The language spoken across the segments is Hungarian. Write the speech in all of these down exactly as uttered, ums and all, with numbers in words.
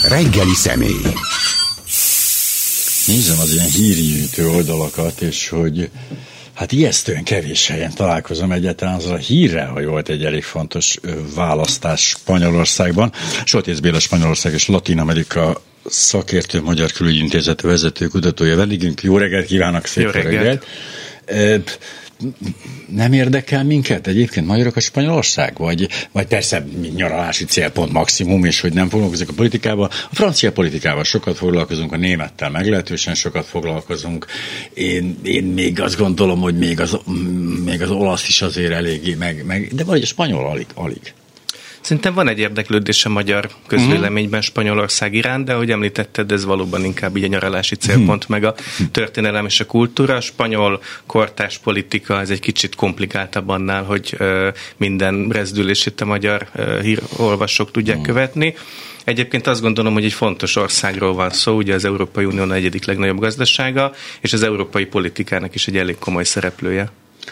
Reggeli személy. Nézem az ilyen hírgyűjtő oldalakat, és hogy hát ijesztően kevés helyen találkozom egyáltalán azzal a hírrel, hogy volt egy elég fontos választás Spanyolországban. Soltész Béla, Spanyolország és Latin Amerika szakértő, Magyar Külügyintézet vezető kutatója vendégünk. Jó reggelt kívánok, szép Jó reggelt. reggelt. Nem érdekel minket egyébként magyarok a Spanyolország? Vagy, vagy persze nyaralási célpont maximum, és hogy nem foglalkozunk a politikával. A francia politikával sokat foglalkozunk, a némettel meglehetősen sokat foglalkozunk. Én, én még azt gondolom, hogy még az, még az olasz is azért eléggé meg, meg de vagy a spanyol alig, alig. Szerintem van egy érdeklődés a magyar közvéleményben Spanyolország iránt, de ahogy említetted, ez valóban inkább így a nyaralási célpont, meg a történelem és a kultúra. A spanyol kortárs politika, ez egy kicsit komplikáltabb annál, hogy minden rezdülését a magyar hírolvasók tudják követni. Egyébként azt gondolom, hogy egy fontos országról van szó, ugye az Európai Unió negyedik legnagyobb gazdasága, és az európai politikának is egy elég komoly szereplője.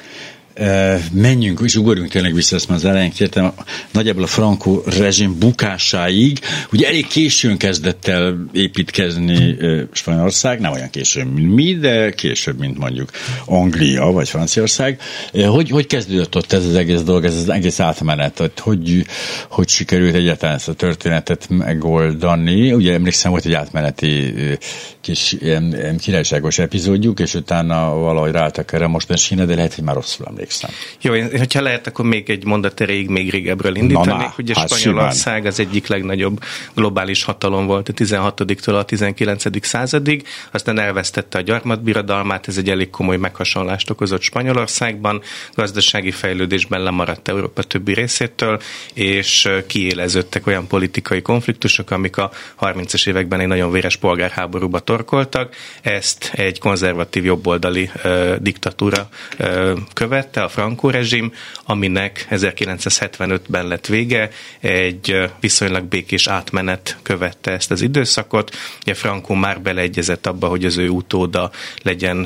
Uh, menjünk és ugorjunk tényleg vissza, ezt már az elején kértem, nagyjából a Franco rezsim bukásáig, ugye elég későn kezdett el építkezni uh, Spanyolország, nem olyan későn, mint mi, de később, mint mondjuk Anglia vagy Franciaország. Uh, hogy, hogy kezdődött ott ez az egész dolog, ez az egész átmenet, hogy, hogy sikerült egyáltalán ezt a történetet megoldani? Ugye emlékszem, volt egy átmeneti uh, kis ilyen, ilyen királyságos epizódjuk, és utána valahogy ráálltak erre most a de lehet, hogy már rosszul emlékszem. Jó, hogyha lehet, akkor még egy mondat erejéig még régebbről indítanék. Ugye hát Spanyolország simán. Az egyik legnagyobb globális hatalom volt a tizenhatodiktól a tizenkilencedik századig, aztán elvesztette a gyarmatbirodalmát, ez egy elég komoly meghasonlást okozott Spanyolországban, gazdasági fejlődésben lemaradt Európa többi részétől, és kiéleződtek olyan politikai konfliktusok, amik a harmincas években egy nagyon véres polgárháborúba torkoltak. Ezt egy konzervatív jobboldali uh, diktatúra uh, követ, a Franco rezsim, aminek ezerkilencszázhetvenötben lett vége, egy viszonylag békés átmenet követte ezt az időszakot. Ugye Franco már beleegyezett abba, hogy az ő utóda legyen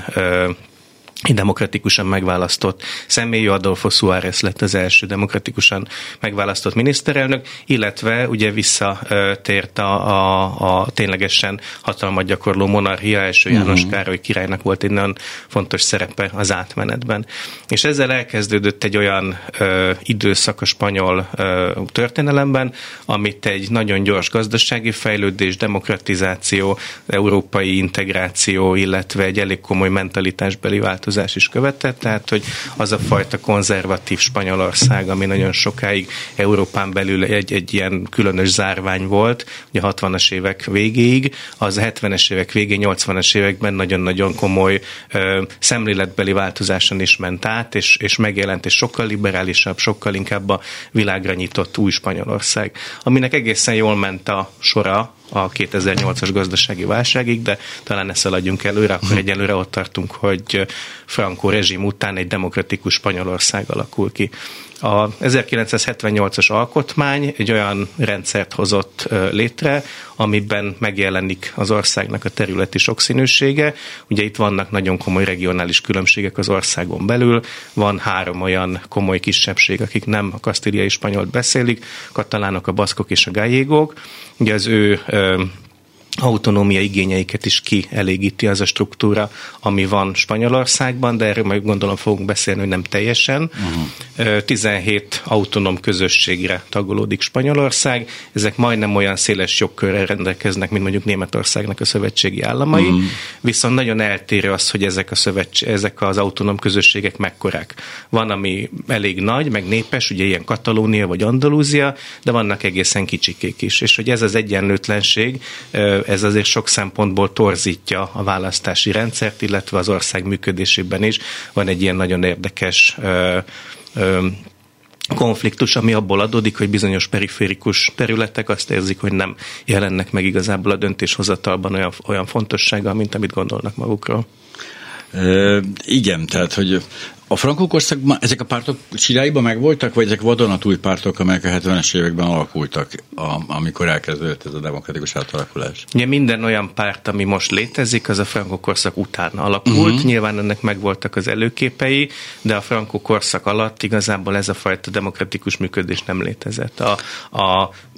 egy demokratikusan megválasztott személy, Adolfo Suárez lett az első demokratikusan megválasztott miniszterelnök, illetve ugye visszatért a, a, a ténylegesen hatalmat gyakorló monarchia, első uh-huh. János Károly királynak volt egy nagyon fontos szerepe az átmenetben. És ezzel elkezdődött egy olyan ö, időszak a spanyol ö, történelemben, amit egy nagyon gyors gazdasági fejlődés, demokratizáció, európai integráció, illetve egy elég komoly mentalitásbeli változás is követett, tehát hogy az a fajta konzervatív Spanyolország, ami nagyon sokáig Európán belül egy, egy ilyen különös zárvány volt, ugye a hatvanas évek végéig, az a hetvenes évek végén, nyolcvanas években nagyon-nagyon komoly ö, szemléletbeli változáson is ment át, és, és megjelent, és sokkal liberálisabb, sokkal inkább a világra nyitott új Spanyolország, aminek egészen jól ment a sora a kétezer-nyolcas gazdasági válságig, de talán ne szaladjunk előre, akkor egyelőre ott tartunk, hogy Franco rezsim után egy demokratikus Spanyolország alakul ki. A ezerkilencszázhetvennyolcas alkotmány egy olyan rendszert hozott létre, amiben megjelenik az országnak a területi sokszínűsége. Ugye itt vannak nagyon komoly regionális különbségek az országon belül, van három olyan komoly kisebbség, akik nem a kasztíliai spanyolt beszélik, katalánok, a baszkok és a gallegok. Ugye az ő autonómia igényeiket is kielégíti az a struktúra, ami van Spanyolországban, de erről majd gondolom fogunk beszélni, hogy nem teljesen. Uh-huh. tizenhét autonóm közösségre tagolódik Spanyolország, ezek majdnem olyan széles jogkörrel rendelkeznek, mint mondjuk Németországnak a szövetségi államai, uh-huh. viszont nagyon eltérő az, hogy ezek, a szövetség, ezek az autonóm közösségek mekkorák. Van, ami elég nagy, meg népes, ugye ilyen Katalónia vagy Andalúzia, de vannak egészen kicsikék is, és hogy ez az egyenlőtlenség, ez azért sok szempontból torzítja a választási rendszert, illetve az ország működésében is van egy ilyen nagyon érdekes ö, ö, konfliktus, ami abból adódik, hogy bizonyos periférikus területek azt érzik, hogy nem jelennek meg igazából a döntéshozatalban olyan, olyan fontossággal, mint amit gondolnak magukról. Uh, igen, tehát, hogy a Franco korszakban ezek a pártok csiráiban megvoltak, vagy ezek vadonatúj pártok, amelyek a hetvenes években alakultak, a, amikor elkezdődött ez a demokratikus átalakulás? Ugye minden olyan párt, ami most létezik, az a Franco korszak után alakult. Uh-huh. Nyilván ennek megvoltak az előképei, de a Franco korszak alatt igazából ez a fajta demokratikus működés nem létezett. A, a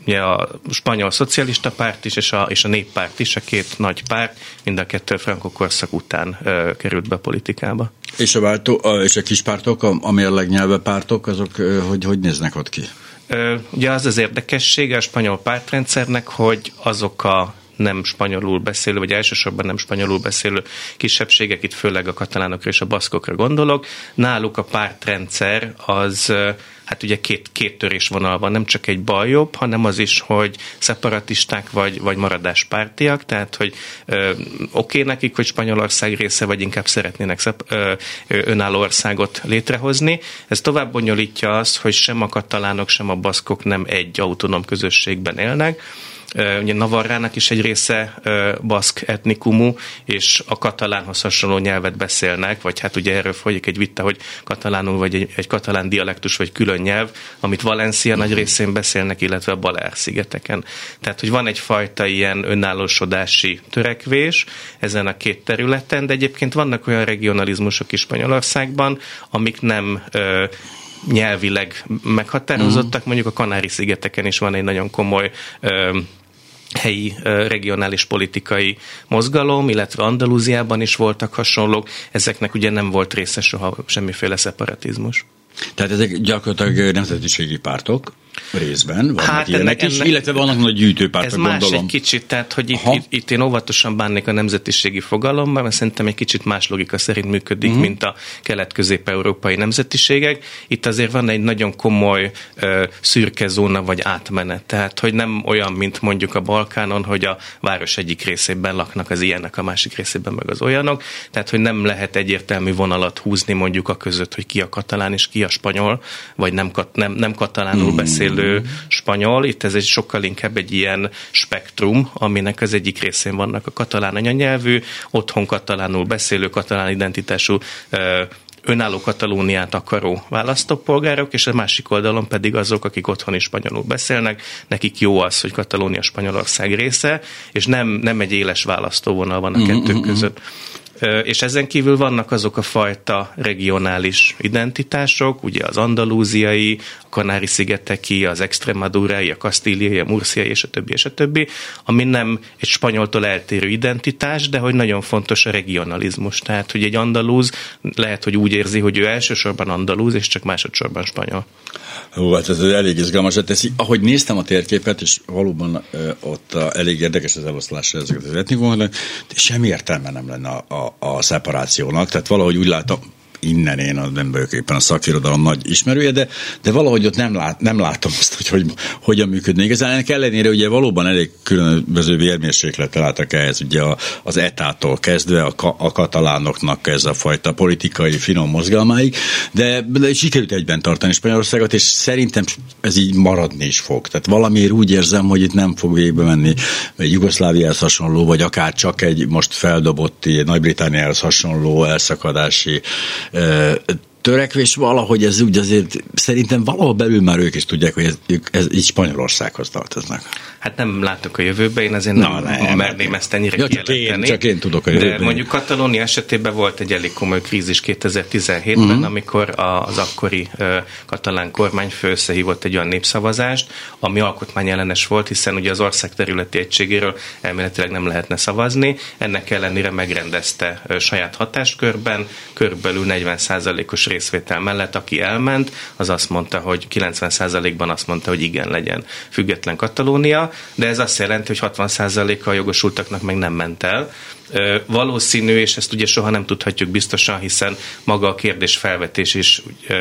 ugye a spanyol szocialista párt is, és a, és a néppárt is, a két nagy párt, mind a kettő Franco korszak után ö, került be a politikába. És a, váltó, a, és a kis pártok, a, a mérlegnyelve pártok, azok ö, hogy, hogy néznek ott ki? Ö, ugye az az érdekessége a spanyol pártrendszernek, hogy azok a nem spanyolul beszélő, vagy elsősorban nem spanyolul beszélő kisebbségek, itt főleg a katalánokra és a baszkokra gondolok, náluk a pártrendszer az, hát ugye két, két törésvonal van, nem csak egy bal-jobb, hanem az is, hogy szeparatisták vagy, vagy maradáspártiak, tehát, hogy ö, oké nekik, hogy Spanyolország része, vagy inkább szeretnének szep, ö, önálló országot létrehozni. Ez tovább bonyolítja azt, hogy sem a katalánok, sem a baszkok nem egy autonóm közösségben élnek. Ugye Navarrának is egy része baszk etnikumú, és a katalánhoz hasonló nyelvet beszélnek, vagy hát ugye erről folyik egy vita, hogy katalánul, vagy egy, egy katalán dialektus, vagy külön nyelv, amit Valencia nagy részén beszélnek, illetve a Baleár-szigeteken. Tehát, hogy van egyfajta ilyen önállósodási törekvés ezen a két területen, de egyébként vannak olyan regionalizmusok is Spanyolországban, amik nem ö, nyelvileg meghatározottak, mondjuk a Kanári-szigeteken is van egy nagyon komoly ö, helyi regionális politikai mozgalom, illetve Andalúziában is voltak hasonlók, ezeknek ugye nem volt része soha semmiféle szeparatizmus. Tehát ezek gyakorlatilag nemzetiségi pártok részben, vannak hát ilyenek ennek, is, illetve vannak nagy gyűjtőpártok, ez más gondolom. Egy kicsit, tehát hogy itt, itt, itt én óvatosan bánnék a nemzetiségi fogalomban, mert szerintem egy kicsit más logika szerint működik, uh-huh. mint a kelet-közép-európai nemzetiségek. Itt azért van egy nagyon komoly uh, szürke zóna vagy átmenet, tehát hogy nem olyan, mint mondjuk a Balkánon, hogy a város egyik részében laknak az ilyenek, a másik részében meg az olyanok, tehát hogy nem lehet egyértelmű vonalat húzni mondjuk a között, hogy ki a katalán és ki a spanyol, vagy nem, nem, nem katalánul uh-huh. beszél spanyol, itt ez egy sokkal inkább egy ilyen spektrum, aminek az egyik részén vannak a katalán anyanyelvű, otthon katalánul beszélő, katalán identitású önálló Katalóniát akaró választópolgárok, és a másik oldalon pedig azok, akik otthon is spanyolul beszélnek, nekik jó az, hogy Katalónia Spanyolország része, és nem, nem egy éles választóvonal van a kettő között. És ezen kívül vannak azok a fajta regionális identitások, ugye az andalúziai, a Kanári-szigeteki, az extremadúrai, a kasztíliai, a murciai, és a többi, és a többi, ami nem egy spanyoltól eltérő identitás, de hogy nagyon fontos a regionalizmus. Tehát, hogy egy andalúz lehet, hogy úgy érzi, hogy ő elsősorban andalúz, és csak másodszorban spanyol. Hú, hát ez elég izgalmasat teszi. Ahogy néztem a térképet, és valóban ö, ott a, elég érdekes az eloszlása ezeket az etnikumot, de semmi értelme nem lenne a, a, a szeparációnak. Tehát valahogy úgy látom, innen én nem vagyok éppen a szakirodalom nagy ismerője, de, de valahogy ott nem, lát, nem látom azt, hogy, hogy hogyan működne. Igazán ennek ellenére ugye valóban elég különböző vérmérséklettel álltak ehhez, ugye a, az é té á-tól kezdve a, a katalánoknak ez a fajta politikai finom mozgalmáig, de, de sikerült egyben tartani Spanyolországot, és szerintem ez így maradni is fog. Tehát valamiért úgy érzem, hogy itt nem fog végbe menni egy Jugoszláviához hasonló, vagy akár csak egy most feldobott Nagy-Britanniához hasonló elszakadási törekvés, valahogy ez úgy azért szerintem valahol belül már ők is tudják, hogy ez, ők ez így Spanyolországhoz tartoznak. Hát nem látok a jövőbe, én azért nem, Na, nem merném ezt ennyire ja, csak én, csak én tudok a jövőben. De mondjuk Katalónia esetében volt egy elég komoly krízis kétezer-tizenhétben, uh-huh. amikor az akkori uh, katalán kormányfő összehívott egy olyan népszavazást, ami alkotmányellenes volt, hiszen ugye az ország területi egységéről elméletileg nem lehetne szavazni, ennek ellenére megrendezte uh, saját hatáskörben, körülbelül negyven százalékos részvétel mellett, aki elment, az azt mondta, hogy kilencven százalékban azt mondta, hogy igen, legyen független Katalónia, de ez azt jelenti, hogy hatvan százaléka a jogosultaknak meg nem ment el. Valószínű, és ezt ugye soha nem tudhatjuk biztosan, hiszen maga a kérdés felvetés is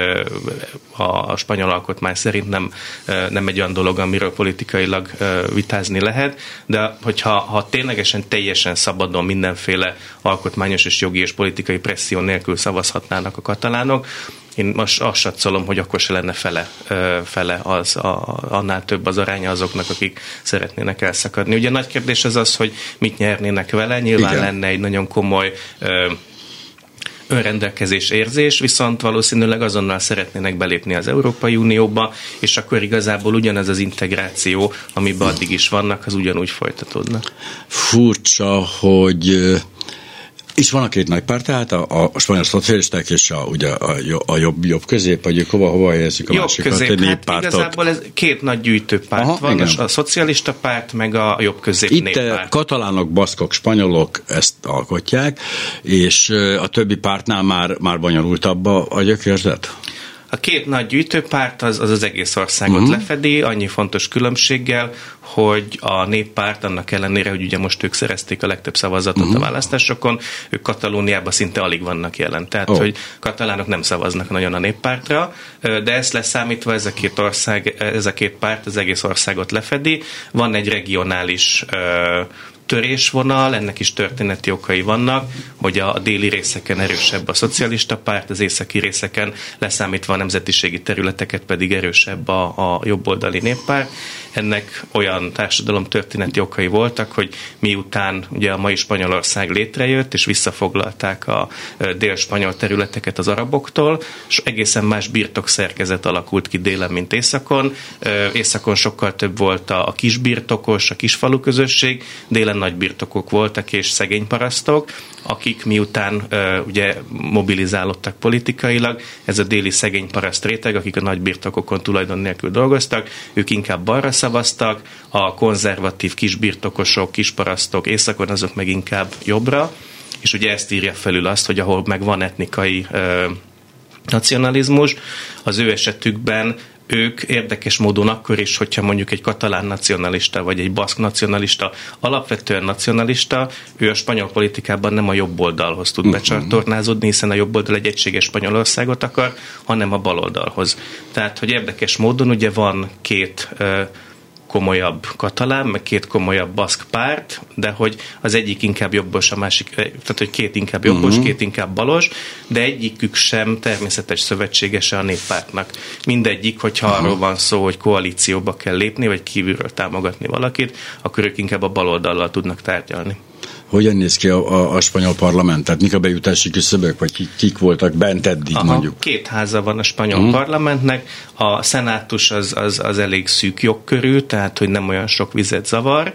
a spanyol alkotmány szerint nem, nem egy olyan dolog, amiről politikailag vitázni lehet, de hogyha ha ténylegesen teljesen szabadon mindenféle alkotmányos és jogi és politikai presszió nélkül szavazhatnának a katalánok, én most azt satszolom, hogy akkor se lenne fele, fele az, a, annál több az aránya azoknak, akik szeretnének elszakadni. Ugye nagy kérdés az az, hogy mit nyernének vele, nyilván Igen. lenne egy nagyon komoly ö, önrendelkezés érzés, viszont valószínűleg azonnal szeretnének belépni az Európai Unióba, és akkor igazából ugyanez az integráció, amiben addig is vannak, az ugyanúgy folytatódna. Furcsa, hogy És van a két nagy párt, tehát a, a spanyol szocialisták és a, ugye a, a jobb, jobb közép, vagy hova, hova helyezzük a jobb másikat? Közép, hát igazából ez két nagy gyűjtőpárt Aha, van, igen. a szocialista párt, meg a jobb közép Itt néppárt. Katalánok, baszkok, spanyolok ezt alkotják, és a többi pártnál már, már bonyolultabb a gyökérzet? A két nagy gyűjtőpárt az az, az egész országot uh-huh. lefedi, annyi fontos különbséggel, hogy a néppárt annak ellenére, hogy ugye most ők szerezték a legtöbb szavazatot uh-huh. a választásokon, ők Katalóniában szinte alig vannak jelen. Tehát, oh. hogy katalánok nem szavaznak nagyon a néppártra, de ezt leszámítva ez a két ország, ez a két párt az egész országot lefedi. Van egy regionális törésvonal, ennek is történeti okai vannak, hogy a déli részeken erősebb a szocialista párt, az északi részeken leszámítva a nemzetiségi területeket pedig erősebb a, a jobboldali néppárt. Ennek olyan társadalomtörténeti okai voltak, hogy miután ugye a mai Spanyolország létrejött, és visszafoglalták a dél-spanyol területeket az araboktól, és egészen más birtokszerkezet alakult ki délen, mint északon. Északon sokkal több volt a kisbirtokos, a kisfalu közösség, délen nagy birtokok voltak és szegény parasztok, akik miután uh, ugye mobilizálódtak politikailag, ez a déli szegény paraszt réteg, akik a nagy birtokokon tulajdon nélkül dolgoztak, ők inkább balra szavaztak, a konzervatív kisbirtokosok, kisparasztok északon, azok meg inkább jobbra, és ugye ezt írja felül azt, hogy ahol meg van etnikai uh, nacionalizmus, az ő esetükben ők érdekes módon akkor is, hogyha mondjuk egy katalán nacionalista, vagy egy baszk nacionalista, alapvetően nacionalista, ő a spanyol politikában nem a jobb oldalhoz tud becsatornázódni, hiszen a jobb oldal egy egységes Spanyolországot akar, hanem a bal oldalhoz. Tehát, hogy érdekes módon ugye van két uh, komolyabb katalán, meg két komolyabb baszk párt, de hogy az egyik inkább jobbos, a másik, tehát hogy két inkább jobbos, uh-huh. két inkább balos, de egyikük sem természetes szövetségese a néppártnak. Mindegyik, hogyha uh-huh. arról van szó, hogy koalícióba kell lépni, vagy kívülről támogatni valakit, akkor ők inkább a baloldallal tudnak tárgyalni. Hogyan néz ki a, a, a spanyol parlament? Tehát mik a bejutási küszöbök, vagy kik, kik voltak bent eddig, Aha, mondjuk? Két háza van a spanyol uh-huh. parlamentnek. A szenátus az, az, az elég szűk jogkörű, tehát hogy nem olyan sok vizet zavar.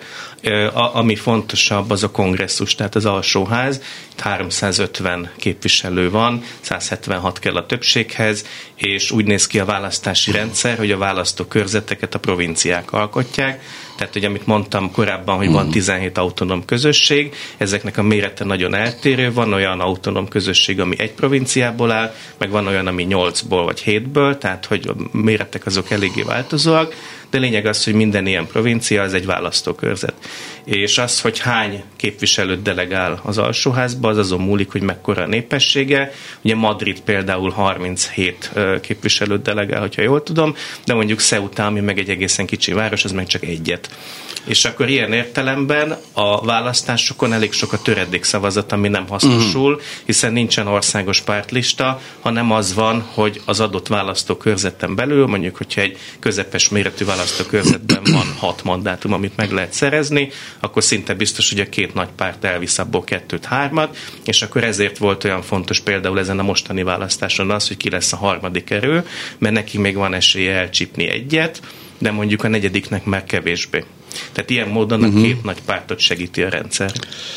A, ami fontosabb, az a kongresszus, tehát az alsóház. Itt háromszázötven képviselő van, száz hetvenhat kell a többséghez, és úgy néz ki a választási rendszer, hogy a választókörzeteket a provinciák alkotják. Tehát, hogy amit mondtam korábban, hogy van tizenhét autonóm közösség, ezeknek a mérete nagyon eltérő, van olyan autonóm közösség, ami egy provinciából áll, meg van olyan, ami nyolcból vagy hétből, tehát, hogy a méretek azok eléggé változóak, de lényeg az, hogy minden ilyen provincia az egy választókörzet. És az, hogy hány képviselőt delegál az alsóházba, az azon múlik, hogy mekkora a népessége. Ugye Madrid például harminchét képviselőt delegál, hogyha jól tudom, de mondjuk Ceuta, ami meg egy egészen kicsi város, az meg csak egyet. És akkor ilyen értelemben a választásokon elég sok a töredékszavazat, ami nem hasznosul, uh-huh. hiszen nincsen országos pártlista, hanem az van, hogy az adott választókörzeten belül, mondjuk, hogyha egy közepes méretű választókörzetben van hat mandátum, amit meg lehet szerezni, akkor szinte biztos, hogy a két nagy párt elvisz abból kettőt, hármat, és akkor ezért volt olyan fontos például ezen a mostani választáson az, hogy ki lesz a harmadik erő, mert neki még van esélye elcsípni egyet, de mondjuk a negyediknek már kevésbé. Tehát ilyen módon uh-huh. a két nagy pártot segíti a rendszer.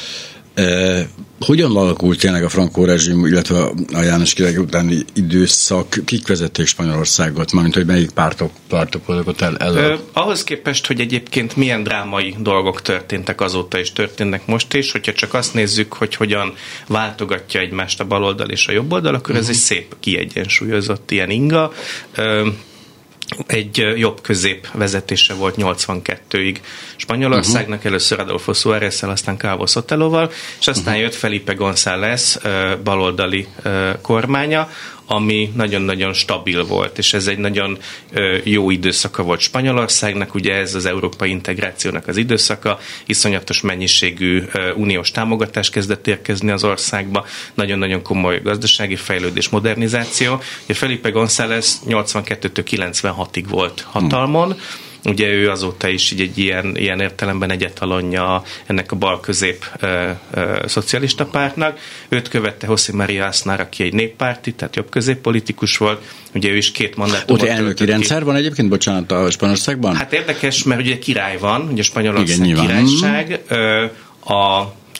E, hogyan alakult tényleg a Franco rezsim, illetve a János király utáni időszak? Kik vezették Spanyolországot? Mármint, hogy melyik pártok, pártok voltak ott el, el... Ö, ahhoz képest, hogy egyébként milyen drámai dolgok történtek azóta és történnek most is, hogyha csak azt nézzük, hogy hogyan váltogatja egymást a baloldal és a jobboldal, akkor uh-huh. ez egy szép kiegyensúlyozott ilyen inga. Ö, egy jobb-közép vezetése volt nyolcvankettőig Spanyolországnak, uh-huh. először Adolfo Suárez-szel, aztán Calvo Soteloval, és aztán uh-huh. jött Felipe González baloldali kormánya, ami nagyon-nagyon stabil volt, és ez egy nagyon jó időszaka volt Spanyolországnak, ugye ez az európai integrációnak az időszaka, iszonyatos mennyiségű uniós támogatás kezdett érkezni az országba, nagyon-nagyon komoly gazdasági fejlődés, modernizáció. Ugye Felipe González nyolcvankettőtől kilencvenhatig volt hatalmon, hmm. Ugye ő azóta is így egy ilyen, ilyen értelemben egy etalonja ennek a bal-közép ö, ö, szocialista pártnak. Őt követte José María Aznar, aki egy néppárti, tehát jobb-közép politikus volt. Ugye ő is két mandátumot ott elnöki rendszer ki. Van egyébként, bocsánat, a Spanyolországban? Hát érdekes, mert ugye király van, ugye Spanyolország Igen, királyság. Ö, a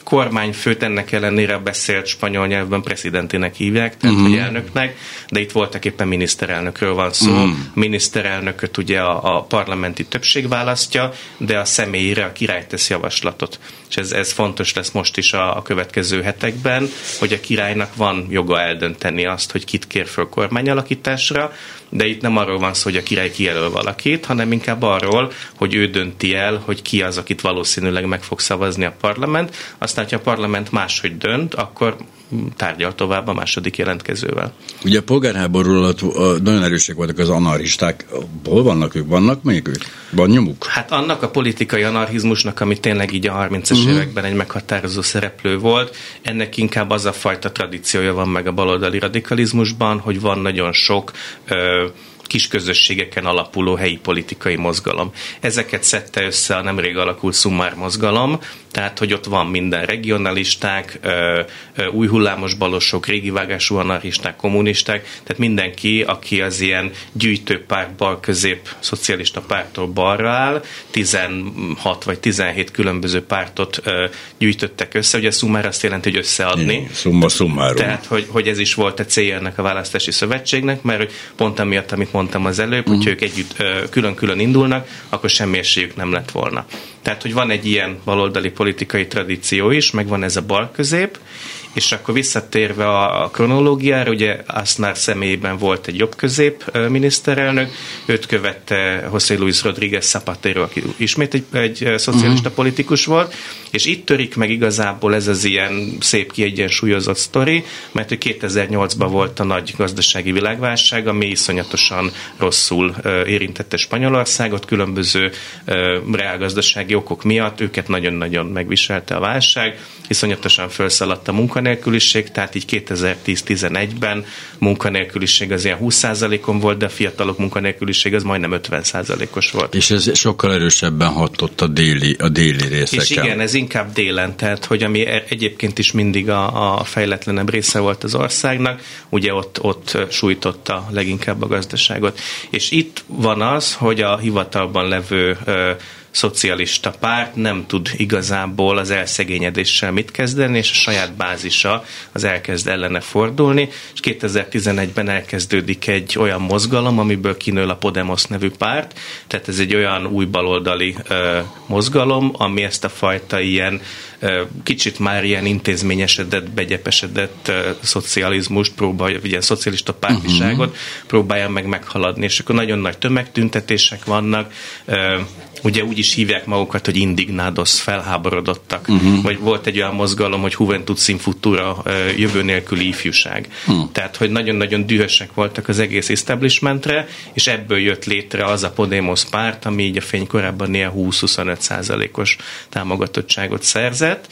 kormányfőt ennek ellenére beszélt spanyol nyelvben presidentének hívják, tehát uh-huh. hogy elnöknek, de itt voltak éppen miniszterelnökről van szó. Uh-huh. Miniszterelnököt ugye a, a parlamenti többség választja, de a személyére a király tesz javaslatot. És ez, ez fontos lesz most is a, a következő hetekben, hogy a királynak van joga eldönteni azt, hogy kit kér föl kormányalakításra, de itt nem arról van szó, hogy a király kijelöl valakit, hanem inkább arról, hogy ő dönti el, hogy ki az, akit valószínűleg meg fog szavazni a parlament. Aztán, ha a parlament máshogy dönt, akkor tárgyal tovább a második jelentkezővel. Ugye a polgárháború alatt nagyon erősek voltak az anarchisták. Hol vannak ők? Vannak még ők? Van nyomuk? Hát annak a politikai anarchizmusnak, ami tényleg így a harmincas uh-huh. években egy meghatározó szereplő volt, ennek inkább az a fajta tradíciója van meg a baloldali radikalizmusban, hogy van nagyon sok ö, kis közösségeken alapuló helyi politikai mozgalom. Ezeket szedte össze a nemrég alakult Sumár mozgalom, tehát, hogy ott van minden regionalisták, ö, ö, új hullámos balosok, régi vágású anarchisták, kommunisták, tehát mindenki, aki az ilyen gyűjtőpárt bal-közép szocialista pártól balra áll, tizenhat vagy tizenhét különböző pártot ö, gyűjtöttek össze. Ugye a Sumár azt jelenti, hogy összeadni. Summa summarum. Tehát, hogy, hogy ez is volt a célja ennek a választási szövetségnek, mert hogy pont amiatt, amit mondtam az előbb, uh-huh. hogy ők együtt ö, külön-külön indulnak, akkor semmi esélyük nem lett volna. Tehát, hogy van egy ilyen baloldali politikai tradíció is, meg van ez a bal-közép, és akkor visszatérve a kronológiára, ugye Aznar személyében volt egy jobb-közép miniszterelnök, őt követte José Luis Rodríguez Zapatero, aki ismét egy, egy szocialista uh-huh. politikus volt, és itt törik meg igazából ez az ilyen szép kiegyensúlyozott sztori, mert hogy kétezer-nyolcban volt a nagy gazdasági világválság, ami iszonyatosan rosszul érintette Spanyolországot, különböző reálgazdasági okok miatt, őket nagyon-nagyon megviselte a válság, iszonyatosan felszaladt a munkanélküliség, tehát így kétezer-tíz-tizenegyben munkanélküliség az ilyen húsz százalékon volt, de a fiatalok munkanélküliség az majdnem ötven százalékos volt. És ez sokkal erősebben hatott a déli, a déli részeken. És igen, ez inkább délen, tehát hogy ami egyébként is mindig a, a fejletlenebb része volt az országnak, ugye ott, ott sújtotta leginkább a gazdaságot. És itt van az, hogy a hivatalban levő ö, szocialista párt nem tud igazából az elszegényedéssel mit kezdeni, és a saját bázisa az elkezd ellene fordulni, és kétezer-tizenegyben elkezdődik egy olyan mozgalom, amiből kinől a Podemos nevű párt, tehát ez egy olyan új baloldali ö, mozgalom, ami ezt a fajta ilyen ö, kicsit már ilyen intézményesedett, begyepesedett ö, szocializmust próbálja, vagy ilyen szocialista pártiságot uh-huh. próbálja meg meghaladni, és akkor nagyon nagy tömegtüntetések vannak, ö, ugye úgy is hívják magukat, hogy indignados, felháborodottak. Uh-huh. Vagy volt egy olyan mozgalom, hogy Juventud sin Futura, jövő nélküli ifjúság. Uh-huh. Tehát, hogy nagyon-nagyon dühösek voltak az egész establishmentre, és ebből jött létre az a Podemos párt, ami így a fénykorában ilyen húsz-huszonöt százalékos támogatottságot szerzett.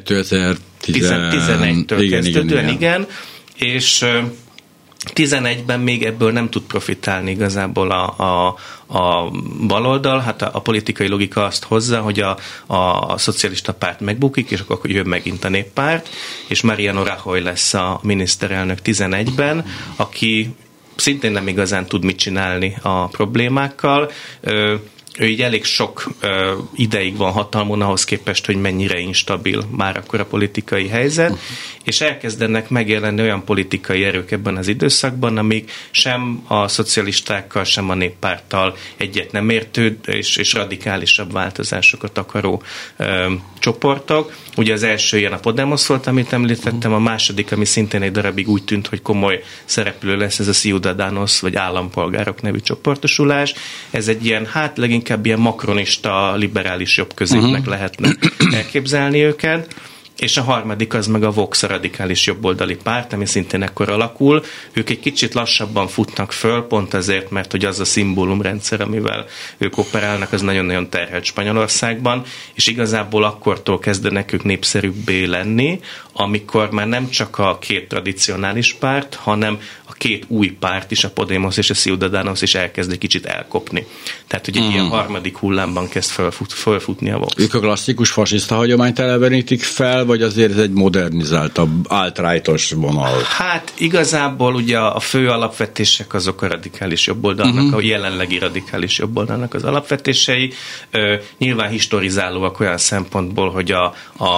kétezer-tizenegytől igen, kezdődően, igen, igen. És tizenegyben még ebből nem tud profitálni igazából a, a, a baloldal, hát a, a politikai logika azt hozza, hogy a, a szocialista párt megbukik, és akkor jön megint a néppárt, és Mariano Rajoy lesz a miniszterelnök tizenegyben, aki szintén nem igazán tud mit csinálni a problémákkal. Ő így elég sok ö, ideig van hatalmon ahhoz képest, hogy mennyire instabil már akkor a politikai helyzet, uh-huh. és elkezdenek megjelenni olyan politikai erők ebben az időszakban, amik sem a szocialistákkal, sem a néppárttal egyet nem értő, és, és radikálisabb változásokat akaró ö, csoportok. Ugye az első ilyen a Podemos volt, amit említettem, a második, ami szintén egy darabig úgy tűnt, hogy komoly szereplő lesz, ez a Ciudadanos, vagy állampolgárok nevű csoportosulás. Ez egy ilyen, hát leginkább ilyen makronista, liberális jobbközépnek uh-huh. lehetne elképzelni őket. És a harmadik az meg a Vox, a radikális jobboldali párt, ami szintén ekkor alakul. Ők egy kicsit lassabban futnak föl, pont azért, mert hogy az a szimbólumrendszer, amivel ők operálnak, az nagyon-nagyon terhelt Spanyolországban, és igazából akkortól kezdenek ők népszerűbbé lenni, amikor már nem csak a két tradicionális párt, hanem a két új párt is, a Podemos és a Ciudadanos is elkezd egy kicsit elkopni. Tehát, hogy egy mm. ilyen harmadik hullámban kezd fölfut, fölfutni a Vox. Ők a klasszikus fasiszta hagyományt elevenítik fel, vagy azért ez egy modernizáltabb, alt-rightos vonal? Hát igazából ugye a fő alapvetések azok a radikális jobboldalnak, uh-huh. a jelenlegi radikális jobboldalnak az alapvetései. Ö, nyilván historizálóak olyan szempontból, hogy a, a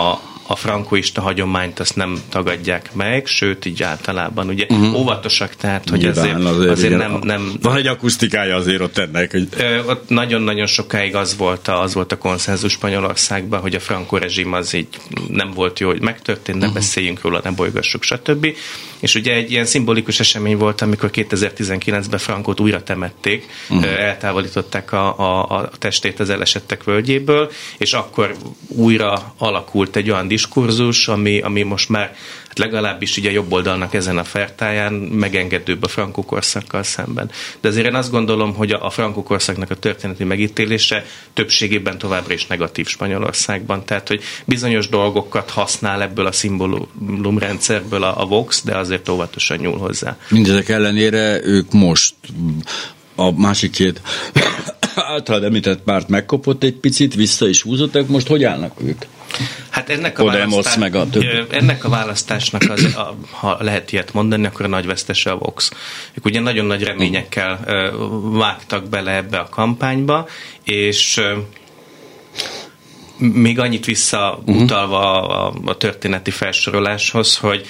a frankoista hagyományt azt nem tagadják meg, sőt, így általában ugye uh-huh. óvatosak, tehát, hogy Nyilván, azért, azért, azért nem, nem... Van egy akusztikája azért ott ennek, hogy... Ö, ott nagyon-nagyon sokáig az volt a, az volt a konszenzus Spanyolországban, hogy a Franco rezsim az így nem volt jó, hogy megtörtént, ne uh-huh. beszéljünk róla, ne bolygassuk, stb. És ugye egy ilyen szimbolikus esemény volt, amikor kétezer-tizenkilencben Francót újra temették, uh-huh. eltávolították a, a, a testét az elesettek völgyéből, és akkor újra alakult egy olyan diskurzus, ami, ami most már hát legalábbis ugye a jobb oldalnak ezen a fertáján megengedőbb a Franco korszakkal szemben. De azért én azt gondolom, hogy a, a Franco korszaknak a történeti megítélése többségében továbbra is negatív Spanyolországban. Tehát, hogy bizonyos dolgokat használ ebből a szimbólumrendszerből a, a Vox, de azért óvatosan nyúl hozzá. Mindezek ellenére ők most a másik két általad említett párt megkopott egy picit, vissza is húzottak, most hogy állnak ők? Hát ennek a, választás, meg a ennek a választásnak, az, a, ha lehet ilyet mondani, akkor a nagy vesztese a Vox. Ők ugye nagyon nagy reményekkel uh, vágtak bele ebbe a kampányba, és uh, még annyit visszautalva a, a történeti felsoroláshoz, hogy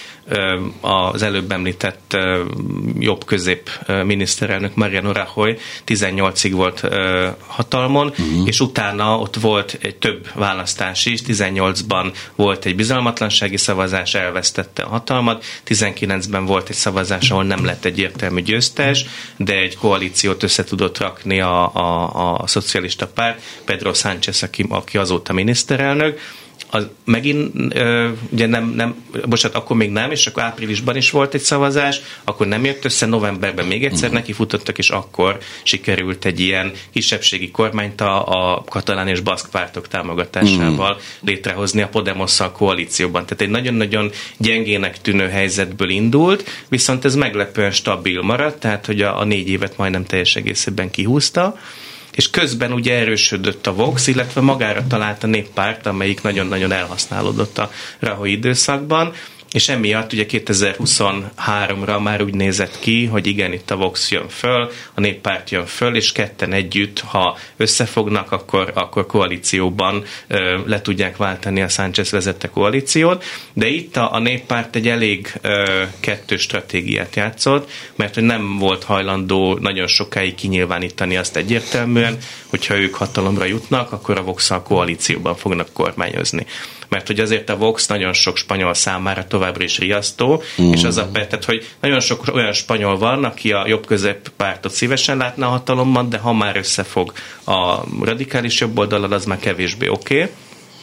az előbb említett jobb-közép miniszterelnök Mariano Rajoy tizennyolcig volt hatalmon, uh-huh. és utána ott volt egy több választás is, tizennyolcban volt egy bizalmatlansági szavazás, elvesztette a hatalmat, tizenkilencben volt egy szavazás, ahol nem lett egyértelmű győztes, de egy koalíciót össze tudott rakni a, a, a szocialista párt, Pedro Sánchez, aki, aki azóta miniszterelnök. Az megint, ö, ugye nem, nem, bocsánat, akkor még nem, és akkor áprilisban is volt egy szavazás, akkor nem jött össze, novemberben még egyszer neki futottak, és akkor sikerült egy ilyen kisebbségi kormányt a, a katalán és baszk pártok támogatásával létrehozni a Podemosszal koalícióban. Tehát egy nagyon-nagyon gyengének tűnő helyzetből indult, viszont ez meglepően stabil maradt, tehát hogy a, a négy évet majdnem teljes egészében kihúzta, és közben ugye erősödött a Vox, illetve magára talált a Néppárt, amelyik nagyon-nagyon elhasználódott a Rajoy időszakban, és emiatt ugye kétezer-huszonháromra már úgy nézett ki, hogy igen, itt a Vox jön föl, a Néppárt jön föl, és ketten együtt, ha összefognak, akkor, akkor koalícióban ö, le tudják váltani a Sánchez vezette koalíciót, de itt a, a Néppárt egy elég ö, kettős stratégiát játszott, mert hogy nem volt hajlandó nagyon sokáig kinyilvánítani azt egyértelműen, hogyha ők hatalomra jutnak, akkor a Vox-szal koalícióban fognak kormányozni. Mert hogy azért a Vox nagyon sok spanyol számára továbbra is riasztó, mm. és az a tehát, hogy nagyon sok olyan spanyol van, aki a jobb-közép pártot szívesen látna a hatalomban, de ha már összefog a radikális jobb oldallal, az már kevésbé oké. Okay.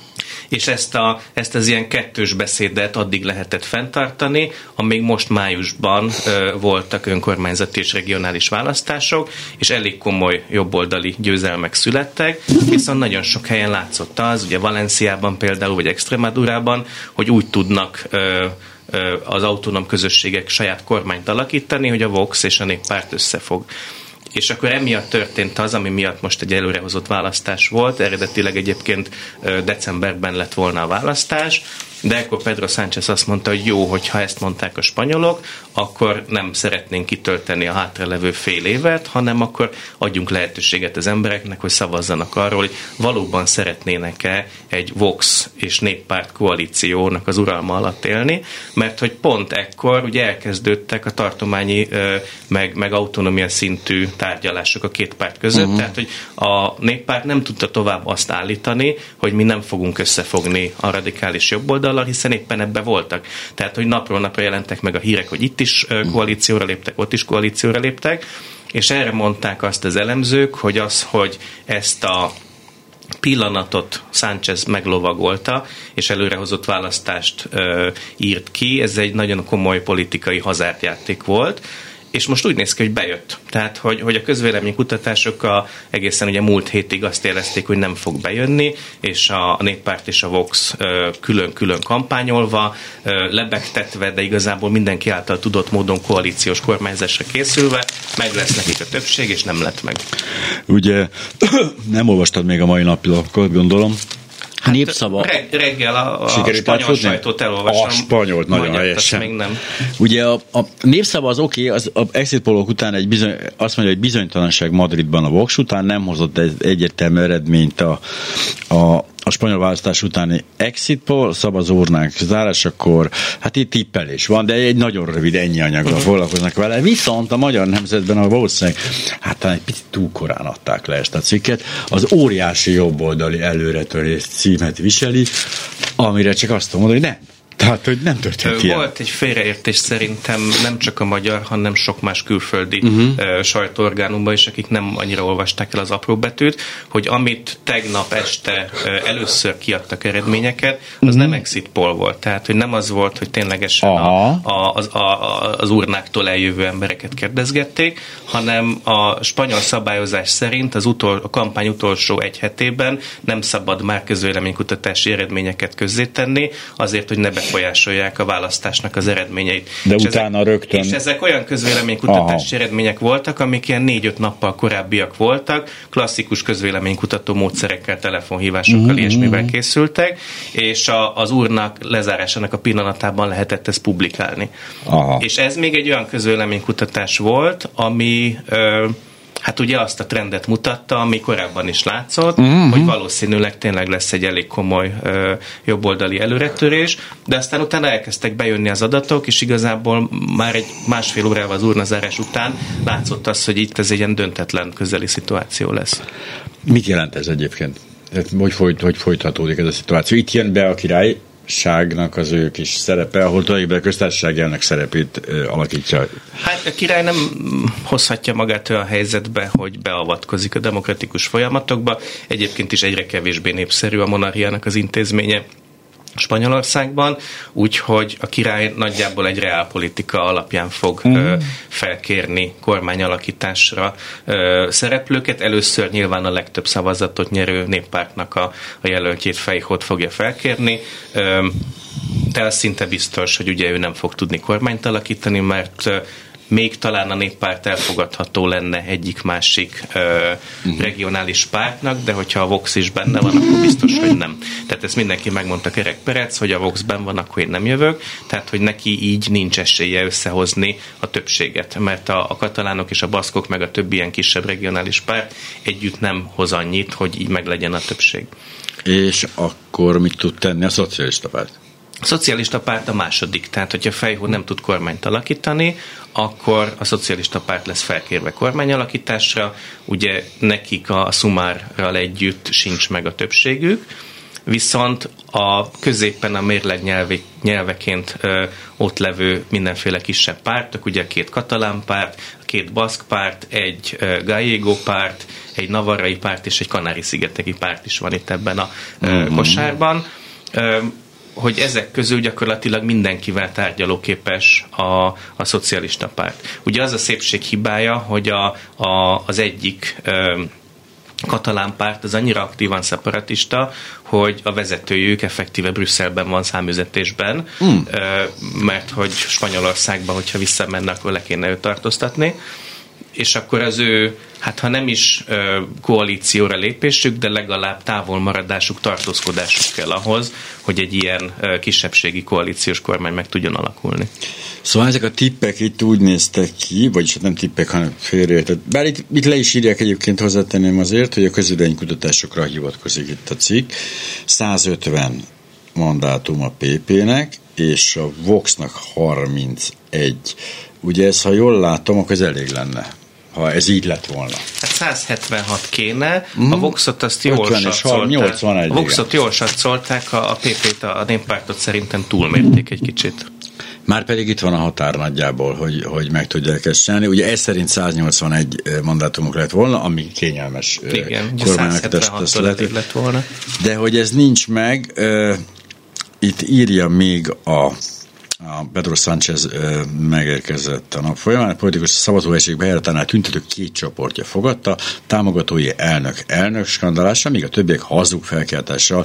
És ezt, a, ezt az ilyen kettős beszédet addig lehetett fenntartani, amíg most májusban ö, voltak önkormányzati és regionális választások, és elég komoly jobboldali győzelmek születtek, viszont nagyon sok helyen látszott az, ugye Valenciában például, vagy Extremadurában, hogy úgy tudnak ö, ö, az autonóm közösségek saját kormányt alakítani, hogy a Vox és a Néppárt összefog. És akkor emiatt történt az, ami miatt most egy előrehozott választás volt, eredetileg egyébként decemberben lett volna a választás, de akkor Pedro Sánchez azt mondta, hogy jó, hogyha ezt mondták a spanyolok, akkor nem szeretnénk kitölteni a hátralevő fél évet, hanem akkor adjunk lehetőséget az embereknek, hogy szavazzanak arról, hogy valóban szeretnének-e egy Vox és Néppárt koalíciónak az uralma alatt élni, mert hogy pont ekkor ugye elkezdődtek a tartományi meg, meg autonómia szintű tárgyalások a két párt között, uh-huh. tehát hogy a Néppárt nem tudta tovább azt állítani, hogy mi nem fogunk összefogni a radikális jobboldallal, hiszen éppen ebbe voltak. Tehát, hogy napról napra jelentek meg a hírek, hogy itt is koalícióra léptek, ott is koalícióra léptek, és erre mondták azt az elemzők, hogy az, hogy ezt a pillanatot Sánchez meglovagolta, és előrehozott választást ö, írt ki, ez egy nagyon komoly politikai hazárdjáték volt, és most úgy néz ki, hogy bejött. Tehát, hogy, hogy a közvéleménykutatások a, egészen ugye múlt hétig azt érezték, hogy nem fog bejönni, és a, a Néppárt és a Vox ö, külön-külön kampányolva, ö, lebegtetve, de igazából mindenki által tudott módon koalíciós kormányzásra készülve, meg lesz nekik a többség, és nem lett meg. Ugye nem olvastad még a mai napilapokat, gondolom. Hát népszava. Reg, reggel a, a spanyol sajtót elolvastam. A spanyolt nagyon helyesen. Még nem. Ugye a, a népszava az oké, okay, az a exit pollok után egy bizony, azt mondja, hogy bizonytalanság Madridban a Vox után nem hozott egy egyértelmű eredményt a, a, a spanyol választás utáni exit poll, szavazóurnák zárásakor, hát itt tippelés van, de egy nagyon rövid ennyi anyaggal uh-huh. foglalkoznak vele. Viszont a Magyar Nemzetben a valószínűleg, hát talán egy picit túl korán adták le ezt a cikket, az óriási jobboldali előretörés címet viseli, amire csak azt tudom mondani, hogy nem. Tehát, hogy nem történt ilyen. Volt egy félreértés szerintem nem csak a magyar, hanem sok más külföldi uh-huh. sajtóorgánumban is, akik nem annyira olvasták el az apró betűt, hogy amit tegnap este először kiadtak eredményeket, az uh-huh. nem exit poll volt. Tehát, hogy nem az volt, hogy ténylegesen a, a, az, a, az urnáktól eljövő embereket kérdezgették, hanem a spanyol szabályozás szerint az utol, a kampány utolsó egy hetében nem szabad már közvéleménykutatási eredményeket közzétenni, azért, hogy ne befolyásolják a választásnak az eredményeit. De és utána ezek, rögtön... És ezek olyan közvéleménykutatási Aha. eredmények voltak, amik ilyen négy-öt nappal korábbiak voltak, klasszikus közvéleménykutató módszerekkel, telefonhívásokkal, mm-hmm. ilyesmivel készültek, és a, az urnak lezárásának a pillanatában lehetett ezt publikálni. Aha. És ez még egy olyan közvéleménykutatás volt, ami... Ö, hát ugye azt a trendet mutatta, ami korábban is látszott, uh-huh. hogy valószínűleg tényleg lesz egy elég komoly ö, jobboldali előretörés, de aztán utána elkezdtek bejönni az adatok, és igazából már egy másfél órával az urnazárás után látszott az, hogy itt ez egy ilyen döntetlen közeli szituáció lesz. Mit jelent ez egyébként? Hogy, folyt, hogy folytatódik ez a szituáció? Itt jön be a király ságnak az ő kis szerepe, ahol tulajdonképpen a köztársaság elnök szerepét ö, alakítja. Hát a király nem hozhatja magát olyan helyzetbe, hogy beavatkozik a demokratikus folyamatokba. Egyébként is egyre kevésbé népszerű a monarchiának az intézménye Spanyolországban, úgyhogy a király nagyjából egy reálpolitika alapján fog mm. ö, felkérni kormányalakításra ö, szereplőket. Először nyilván a legtöbb szavazatot nyerő néppártnak a, a jelöltjét, Feijót fogja felkérni. Ö, de az szinte biztos, hogy ugye ő nem fog tudni kormányt alakítani, mert ö, még talán a néppárt elfogadható lenne egyik-másik ö, uh-huh. regionális pártnak, de hogyha a Vox is benne van, akkor biztos, hogy nem. Tehát ezt mindenki megmondta, Kerek Perec, hogy a Vox benn van, akkor én nem jövök, tehát hogy neki így nincs esélye összehozni a többséget, mert a, a katalánok és a baszkok meg a többi ilyen kisebb regionális párt együtt nem hoz annyit, hogy így meglegyen a többség. És akkor mit tud tenni a szocialista párt? A szocialista párt a második, tehát hogyha Feijóo nem tud kormányt alakítani, akkor a szocialista párt lesz felkérve kormányalakításra, ugye nekik a Sumárral együtt sincs meg a többségük, viszont a középen a mérleg nyelvi, nyelveként ö, ott levő mindenféle kisebb pártok, ugye két katalán párt, két baszk párt, egy ö, gallego párt, egy navarrai párt és egy kanári-szigeteki párt is van itt ebben a ö, mm-hmm. kosárban. Ö, hogy ezek közül gyakorlatilag mindenkivel tárgyalóképes a, a szocialista párt. Ugye az a szépség hibája, hogy a, a, az egyik ö, katalán párt az annyira aktívan szeparatista, hogy a vezetőjük effektíve Brüsszelben van számüzetésben, mm. ö, mert hogy Spanyolországban, hogyha visszamenne, akkor le kéne őt tartóztatni. És akkor az ő, hát ha nem is ö, koalícióra lépésük, de legalább távolmaradásuk, tartózkodásuk kell ahhoz, hogy egy ilyen ö, kisebbségi koalíciós kormány meg tudjon alakulni. Szóval ezek a tippek itt úgy néztek ki, vagyis nem tippek, hanem félreértett. Bár itt, itt le is írják egyébként, hozzátenném azért, hogy a közvéleménykutatásokra hivatkozik itt a cikk. százötven mandátum a pé pének, és a Voxnak harmincegy. Ugye ez, ha jól látom, akkor ez elég lenne, ha ez így lett volna. Hát száz hetvenhat kéne, mm. a Voxot azt jól satszolták. A Voxot jól satszolták, a pé pét, a néppártot szerintem túlmérték egy kicsit. Már pedig itt van a határ nagyjából, hogy, hogy meg tudják ezt csinálni. Ugye ez szerint száznyolcvanegy mandátumok lett volna, ami kényelmes kormányalakítás lett volna. De hogy ez nincs meg, uh, itt írja még a A Pedro Sánchez ö, megérkezett a nap folyamán, a politikus szavazóhelység bejáratánál tüntetők két csoportja fogadta, támogatói elnök elnök skandalása, míg a többiek hazug felkiáltással.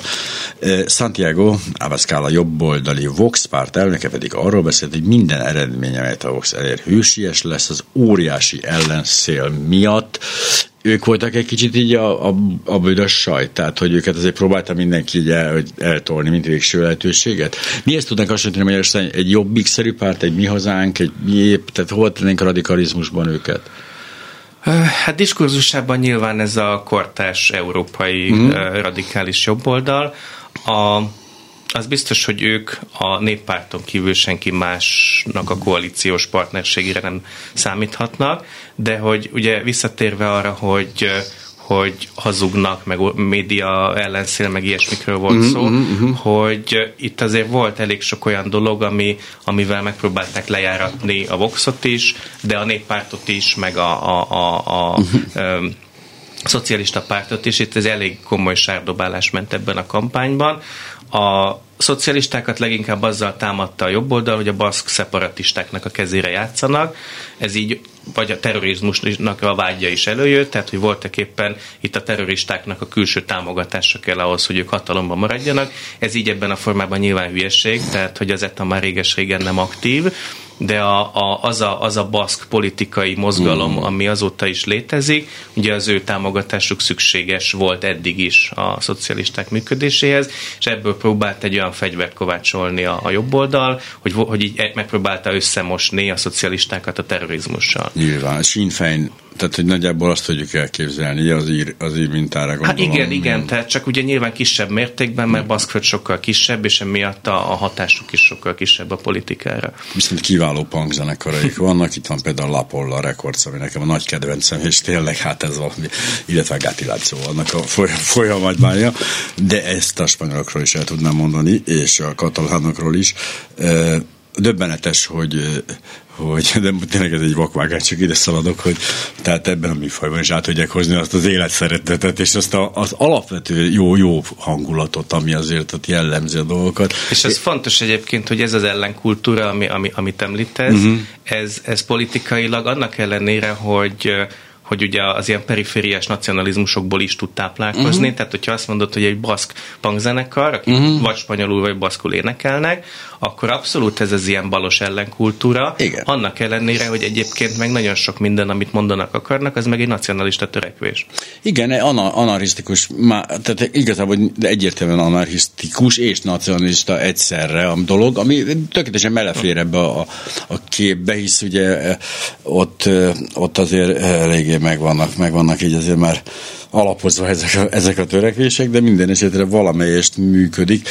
Santiago Abascal, a jobboldali Vox párt elnöke pedig arról beszélt, hogy minden eredmény, amelyet a Vox elér, hősies lesz az óriási ellenszél miatt. Ők voltak egy kicsit így a, a, a büdös sajt, tehát hogy őket azért próbálta mindenki így el, hogy eltolni, mint végső lehetőséget. Mihez tudnánk hasonlítani Magyarországon? Egy jobbikszerű párt, egy Mi Hazánk, egy mi épp, tehát hol tennénk a radikalizmusban őket? Hát diskurzusában nyilván ez a kortárs európai mm. radikális jobboldal. A, az biztos, hogy ők a Néppárton kívül senki másnak a koalíciós partnerségére nem számíthatnak, de hogy ugye visszatérve arra, hogy hogy hazugnak, meg média ellenszél, meg ilyesmikről volt mm-hmm, szó, mm-hmm. hogy itt azért volt elég sok olyan dolog, ami, amivel megpróbálták lejáratni a Voxot is, de a Néppártot is, meg a, a, a, a mm-hmm. a szocialista pártot is. Itt ez elég komoly sárdobálás ment ebben a kampányban. A szocialistákat leginkább azzal támadta a jobboldal, hogy a baszk szeparatistáknak a kezére játszanak. Ez így vagy a terrorizmusnak a vágya is előjött, tehát hogy voltak éppen itt a terroristáknak a külső támogatása kell ahhoz, hogy ők hatalomban maradjanak. Ez így ebben a formában nyilván hülyeség, tehát hogy az E T A már réges-régen nem aktív, de a, a, az, a, az a baszk politikai mozgalom, mm. ami azóta is létezik, ugye az ő támogatásuk szükséges volt eddig is a szocialisták működéséhez, és ebből próbált egy olyan fegyvert kovácsolni a, a jobboldal, hogy, hogy így megpróbálta összemosni a szocialistákat a terrorizmussal. Nyilván, Sinn Féin, tehát hogy nagyjából azt tudjuk elképzelni, az ír, az ír mintára gondolom. Hát igen, igen, én... tehát csak ugye nyilván kisebb mértékben, mert Baszkföld sokkal kisebb, és emiatt a, a hatásuk is sokkal kisebb a politikára. Viszont kiváló punk zenekaraik vannak, itt van például La Polla Records, ami nekem a nagy kedvencem, és tényleg hát ez valami, illetve Gatiláció annak a folyamatbánya, de ezt a spanyolokról is el tudnám mondani, és a katalánokról is. Döbbenetes, hogy hogy de tényleg ez egy vakvágás, csak ide szaladok, hogy tehát ebben a műfajban is át tudják hozni azt az életszeretetet, és azt a, az alapvető jó-jó hangulatot, ami azért ott jellemzi a dolgokat. És ez é... fontos egyébként, hogy ez az ellenkultúra, ami, ami, amit említesz, uh-huh. ez, ez politikailag annak ellenére, hogy hogy ugye az ilyen perifériás nacionalizmusokból is tud táplálkozni, uh-huh. tehát hogyha azt mondod, hogy egy baszk punkzenekar, akik uh-huh. vagy spanyolul, vagy baszkul énekelnek, akkor abszolút ez az ilyen balos ellenkultúra. Igen. Annak ellenére, hogy egyébként meg nagyon sok minden, amit mondanak akarnak, az meg egy nacionalista törekvés. Igen, anarchisztikus, tehát igazából egyértelműen anarchisztikus és nacionalista egyszerre a dolog, ami tökéletesen belefér ebbe a, a képbe, hisz ugye ott, ott azért eléggé megvannak, megvannak így azért már alapozva ezek a, ezek a törekvések, de minden esetre valamelyest működik.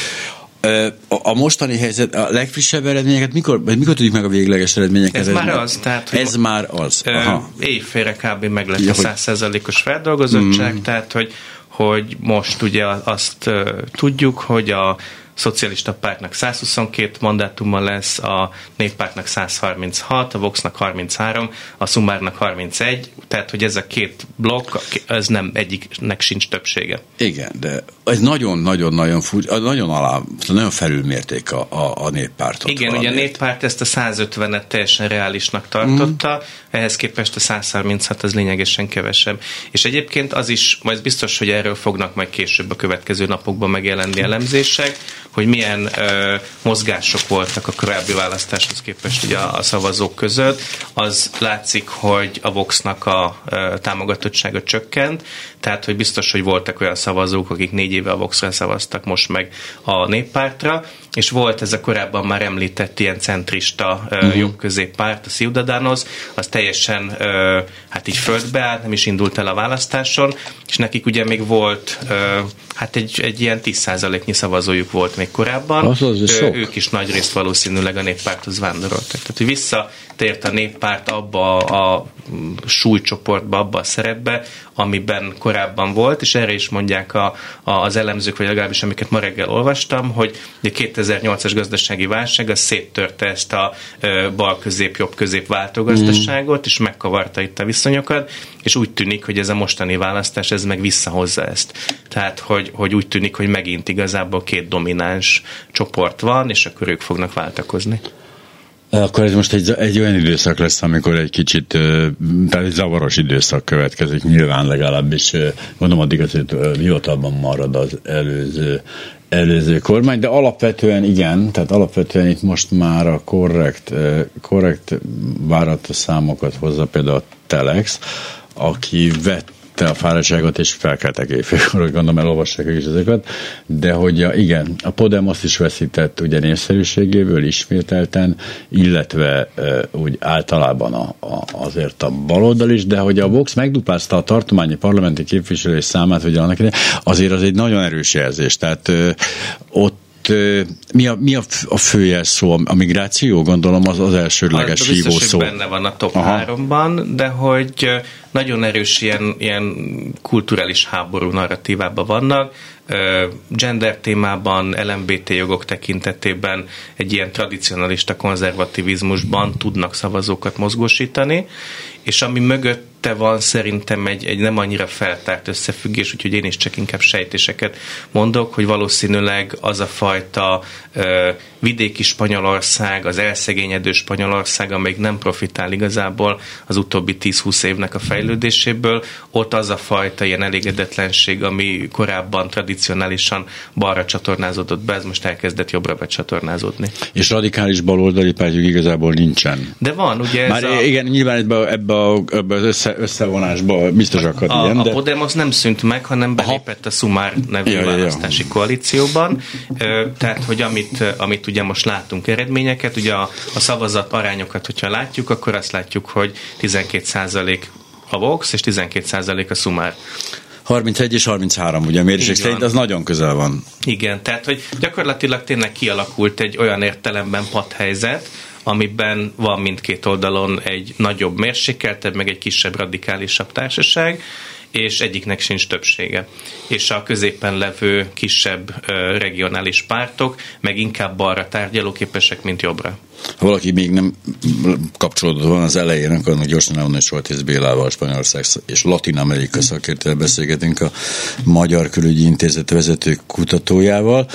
A mostani helyzet, a legfrissebb eredményeket, mikor, mikor tudjuk meg a végleges eredményeket? Ez, ez már az, tehát... Ez már az. Aha. Éjfélre kb. Meg lett ja, a száz százalékos feldolgozottság, mm. tehát hogy, hogy most ugye azt uh, tudjuk, hogy a szocialista pártnak száz huszonkettő mandátuma lesz, a Néppártnak száz harminchat, a Voxnak harminchárom, a Szumárnak harmincegy, tehát hogy ez a két blokk, ez nem egyiknek sincs többsége. Igen, de ez nagyon-nagyon-nagyon furcsa, nagyon alá, nagyon felülmérték a, a, a Néppártot. Igen, valamiért. Ugye a Néppárt ezt a száz ötvenet teljesen reálisnak tartotta, mm. ehhez képest a száz harminchat az lényegesen kevesebb. És egyébként az is, majd biztos, hogy erről fognak majd később a következő napokban megjelenni elemzések, hogy milyen ö, mozgások voltak a korábbi választáshoz képest ugye a, a szavazók között. Az látszik, hogy a Voxnak a ö, támogatottsága csökkent, tehát hogy biztos, hogy voltak olyan szavazók, akik négy éve a Voxra szavaztak, most meg a Néppártra, és volt ez a korábban már említett ilyen centrista ö, uh-huh. jobb-középpárt, a Ciudadanos, az teljesen ö, hát így földbe állt, nem is indult el a választáson, és nekik ugye még volt ö, hát egy, egy ilyen tíz százaléknyi szavazójuk volt még korábban. Az az Ö, ők is nagy részt valószínűleg a Néppárthoz vándoroltak. Tehát, hogy visszatért a Néppárt abba a súlycsoportba, abba a szerepbe, amiben korábban volt, és erre is mondják a, a, az elemzők, vagy legalábbis amiket ma reggel olvastam, hogy a kétezer-nyolcas gazdasági válság az széttörte ezt a bal-közép-jobb-közép váltógazdaságot, mm. és megkavarta itt a viszonyokat, és úgy tűnik, hogy ez a mostani választás, ez meg visszahozza ezt. Tehát, hogy, hogy úgy tűnik, hogy megint igazából két domináns csoport van, és akkor ők fognak váltakozni. Akkor ez most egy, egy olyan időszak lesz, amikor egy kicsit, tehát egy zavaros időszak következik, nyilván legalábbis, mondom, addig azért hivatalban marad az előző, előző kormány, de alapvetően igen, tehát alapvetően itt most már a korrekt, korrekt váratos számokat hozza például a Telex, aki vett érezte a fáradtságot, és felkeltek éjfélkor, hogy gondolom elolvassák is ezeket, de hogy a, igen, a Podemos is veszített ugye népszerűségéből ismételten, illetve e, úgy általában a, a, azért a baloldal is, de hogy a Vox megduplázta a tartományi parlamenti képviselői számát, hogy annak ide, azért az egy nagyon erős jelzés, tehát e, ott Mi a, mi a, a főjelszó? A migráció, gondolom, az az elsődleges hívószó. Biztos, hogy benne van a top háromban, de hogy nagyon erős ilyen, ilyen kulturális háború narratívában vannak. Gender témában, el em bé té jogok tekintetében egy ilyen tradicionalista konzervativizmusban tudnak szavazókat mozgósítani, és ami mögötte van szerintem egy, egy nem annyira feltárt összefüggés, úgyhogy én is csak inkább sejtéseket mondok, hogy valószínűleg az a fajta ö, vidéki Spanyolország, az elszegényedő Spanyolország, amelyik nem profitál igazából az utóbbi tíz-húsz évnek a fejlődéséből, ott az a fajta ilyen elégedetlenség, ami korábban tradicionálisan balra csatornázódott be, ez most elkezdett jobbra becsatornázódni. És radikális baloldali pártjuk igazából nincsen. De van, ugye ez Már a... igen, nyilván ebbe, ebbe, a, ebbe az össze, összevonásba biztos akad a, ilyen, a de... Podemos nem szűnt meg, hanem belépett a Sumar nevű ja, választási ja. koalícióban. Tehát, hogy amit, amit ugye most látunk eredményeket, ugye a, a szavazat arányokat, hogyha látjuk, akkor azt látjuk, hogy tizenkét százalék a Vox és tizenkét százalék a Sumar. harmincegy és harminchárom, ugye a mérések szerint az nagyon közel van. Igen, tehát, hogy gyakorlatilag tényleg kialakult egy olyan értelemben padhelyzet, amiben van mindkét oldalon egy nagyobb mérsékeltebb, meg egy kisebb radikálisabb társaság, és egyiknek sincs többsége. És a középen levő kisebb uh, regionális pártok meg inkább balra tárgyalóképesek, mint jobbra. Ha valaki még nem kapcsolódott van az elején, akkor gyorsan elmondani, hogy Soltész Bélával, Spanyolország és Latin Amerika szakértővel beszélgetünk a Magyar Külügyi Intézet vezető kutatójával.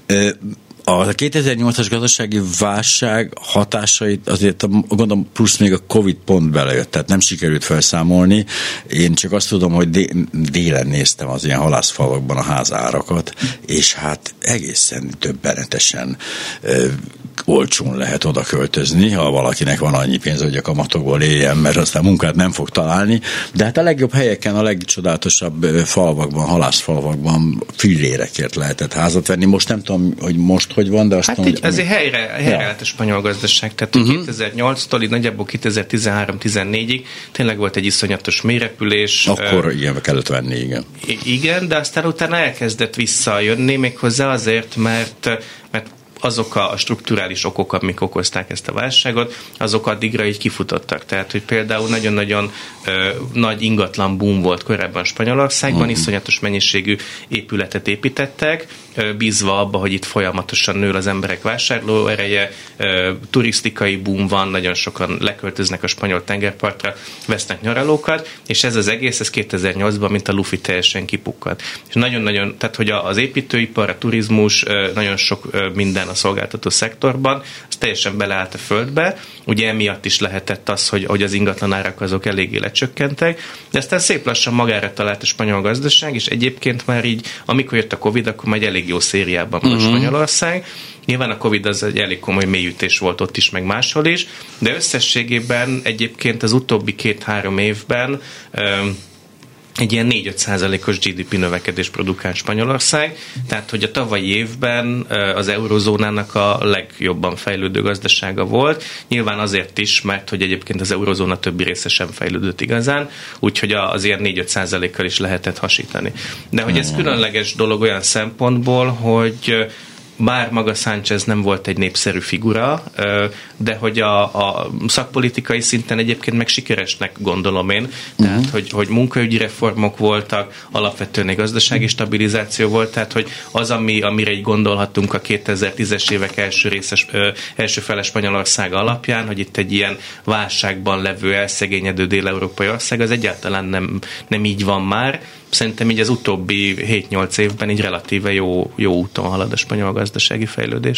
A kétezer-nyolcas gazdasági válság hatásait azért gondolom plusz még a Covid pont belejött, tehát nem sikerült felszámolni. Én csak azt tudom, hogy délen néztem az ilyen halászfalvakban a házárakat, és hát egészen döbbenetesen ö, olcsón lehet oda költözni, ha valakinek van annyi pénz, hogy a kamatokból éljen, mert aztán munkát nem fog találni. De hát a legjobb helyeken, a legcsodálatosabb falvakban, halászfalvakban fillérekért lehetett házat venni. Most nem tudom, hogy most hogy van, de azt hát tudom, így, azért helyre, helyre állt a spanyol gazdaság. Tehát uh-huh. kétezer-nyolctól így nagyjából kétezer-tizenhárom-tizennégyig tényleg volt egy iszonyatos mélyrepülés. Akkor uh, ilyen kellett venni, igen. Igen, de aztán utána elkezdett visszajönni, méghozzá azért, mert, mert azok a strukturális okok, amik okozták ezt a válságot, azok addigra így kifutottak. Tehát, hogy például nagyon-nagyon ö, nagy ingatlan boom volt korábban Spanyolországban, uh-huh. iszonyatos mennyiségű épületet építettek, ö, bízva abba, hogy itt folyamatosan nő az emberek vásárlóereje, ö, turisztikai boom van, nagyon sokan leköltöznek a spanyol tengerpartra, vesznek nyaralókat, és ez az egész, ez kétezer-nyolcban, mint a lufi teljesen kipukkad. És nagyon-nagyon, tehát, hogy az építőipar, a turizmus, ö, nagyon sok ö, minden a szolgáltató szektorban, az teljesen beleállt a földbe. Ugye emiatt is lehetett az, hogy, hogy az ingatlanárak azok eléggé lecsökkentek, de aztán szép lassan magára talált a spanyol gazdaság, és egyébként már így, amikor jött a Covid, akkor már egy elég jó szériában van uh-huh. Spanyolország. Nyilván a Covid az egy elég komoly mélyütés volt ott is, meg máshol is, de összességében egyébként az utóbbi két-három évben um, egy ilyen négy-öt százalékos gé dé pé növekedés produkált Spanyolország, tehát hogy a tavalyi évben az eurozónának a legjobban fejlődő gazdasága volt, nyilván azért is, mert hogy egyébként az eurozóna többi része sem fejlődött igazán, úgyhogy az ilyen négy-öt százalékkal is lehetett hasítani. De hogy ez különleges dolog olyan szempontból, hogy bár maga Sánchez nem volt egy népszerű figura, de hogy a, a szakpolitikai szinten egyébként meg sikeresnek gondolom én, tehát uh-huh. hogy, hogy munkaügyi reformok voltak, alapvetően egy gazdasági stabilizáció volt, tehát hogy az, ami, amire így gondolhatunk a kétezer-tízes évek első, részes, ö, első fele Spanyolország alapján, hogy itt egy ilyen válságban levő, elszegényedő dél-európai ország, az egyáltalán nem, nem így van már. Szerintem így az utóbbi hét-nyolc évben így relatíve jó, jó úton halad a spanyol gazdasági fejlődés.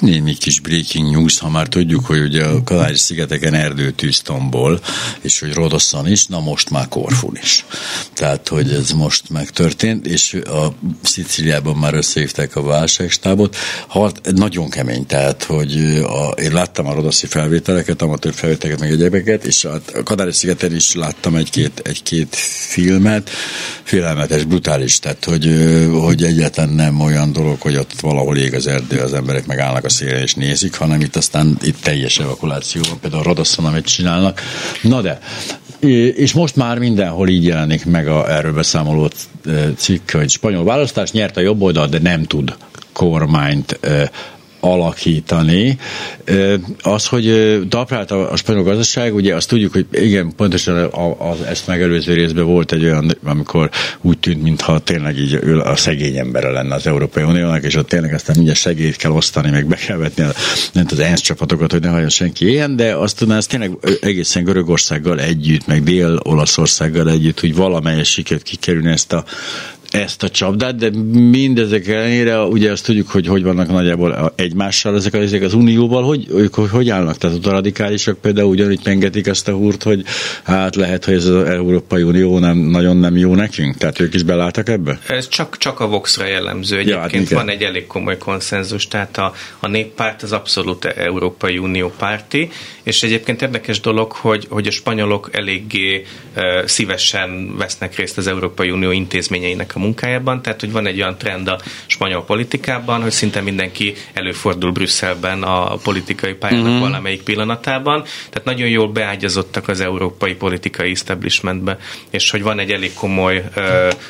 némi kis breaking news, ha már tudjuk, hogy ugye a Kanári-szigeteken erdőtűz tombol, és hogy Rodoszon is, na most már Korfun is. Tehát, hogy ez most megtörtént, és a Szicíliában már összehívták a válságstábot. Hát nagyon kemény, tehát, hogy a, én láttam a rodoszi felvételeket, amatőr felvételeket, meg egyébeket, és a Kanári-szigeten is láttam egy-két, egy-két filmet, félelmetes, brutális, tehát, hogy, hogy egyáltalán nem olyan dolog, hogy ott valahol ég az erdő, az emberek megállnak a szélén és nézik, hanem itt aztán itt teljes evakuáció van, például a Rodoszon, amit csinálnak. Na de, és most már mindenhol így jelenik meg a erről beszámoló cikk, hogy spanyol választás nyert a jobb oldal, de nem tud kormányt alakítani. Az, hogy daprált a spanyol gazdaság, ugye azt tudjuk, hogy igen, pontosan az ezt megelőző részben volt egy olyan, amikor úgy tűnt, mintha tényleg így a szegény embere lenne az Európai Uniónak, és ott tényleg aztán mindjárt segélyt kell osztani, meg be kell vetni a, nem az ENSZ csapatokat, hogy ne halljon senki ilyen, de azt tudná, ez tényleg egészen Görögországgal együtt, meg Dél-Olaszországgal együtt, hogy valamelyes sikert kikerülni ezt a ezt a csapdát, de mindezek ellenére ugye azt tudjuk, hogy hogy vannak nagyjából egymással ezek, ezek az unióval, hogy, ők hogy, hogy állnak? Tehát a radikálisak például ugyanúgy pengetik ezt a húrt, hogy hát lehet, hogy ez az Európai Unió nem, nagyon nem jó nekünk? Tehát ők is beláttak ebbe? Ez csak, csak a Voxra jellemző. Egyébként ja, hát van egy elég komoly konszenzus, tehát a, a néppárt az abszolút Európai Unió párti, és egyébként érdekes dolog, hogy, hogy a spanyolok eléggé uh, szívesen vesznek részt az Európai Unió intézményeinek a munkájában, tehát hogy van egy olyan trend a spanyol politikában, hogy szinte mindenki előfordul Brüsszelben a politikai pályának uh-huh. valamelyik pillanatában, tehát nagyon jól beágyazottak az európai politikai establishmentbe, és hogy van egy elég komoly uh,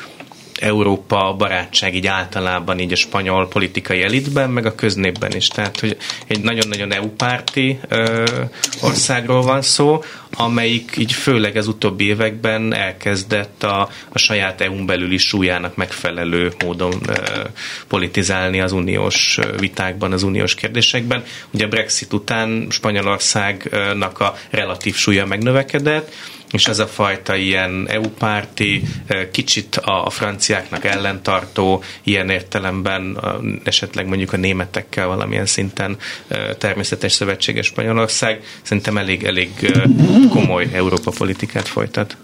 Európa barátság így általában így a spanyol politikai elitben, meg a köznépben is. Tehát, hogy egy nagyon-nagyon é u-párti ö, országról van szó, amelyik így főleg az utóbbi években elkezdett a, a saját é u-n belüli súlyának megfelelő módon ö, politizálni az uniós vitákban, az uniós kérdésekben. Ugye a Brexit után Spanyolországnak a relatív súlya megnövekedett, és ez a fajta ilyen é u-párti, kicsit a franciáknak ellentartó, ilyen értelemben esetleg mondjuk a németekkel valamilyen szinten természetes szövetséges Spanyolország szerintem elég, elég komoly Európa politikát folytat.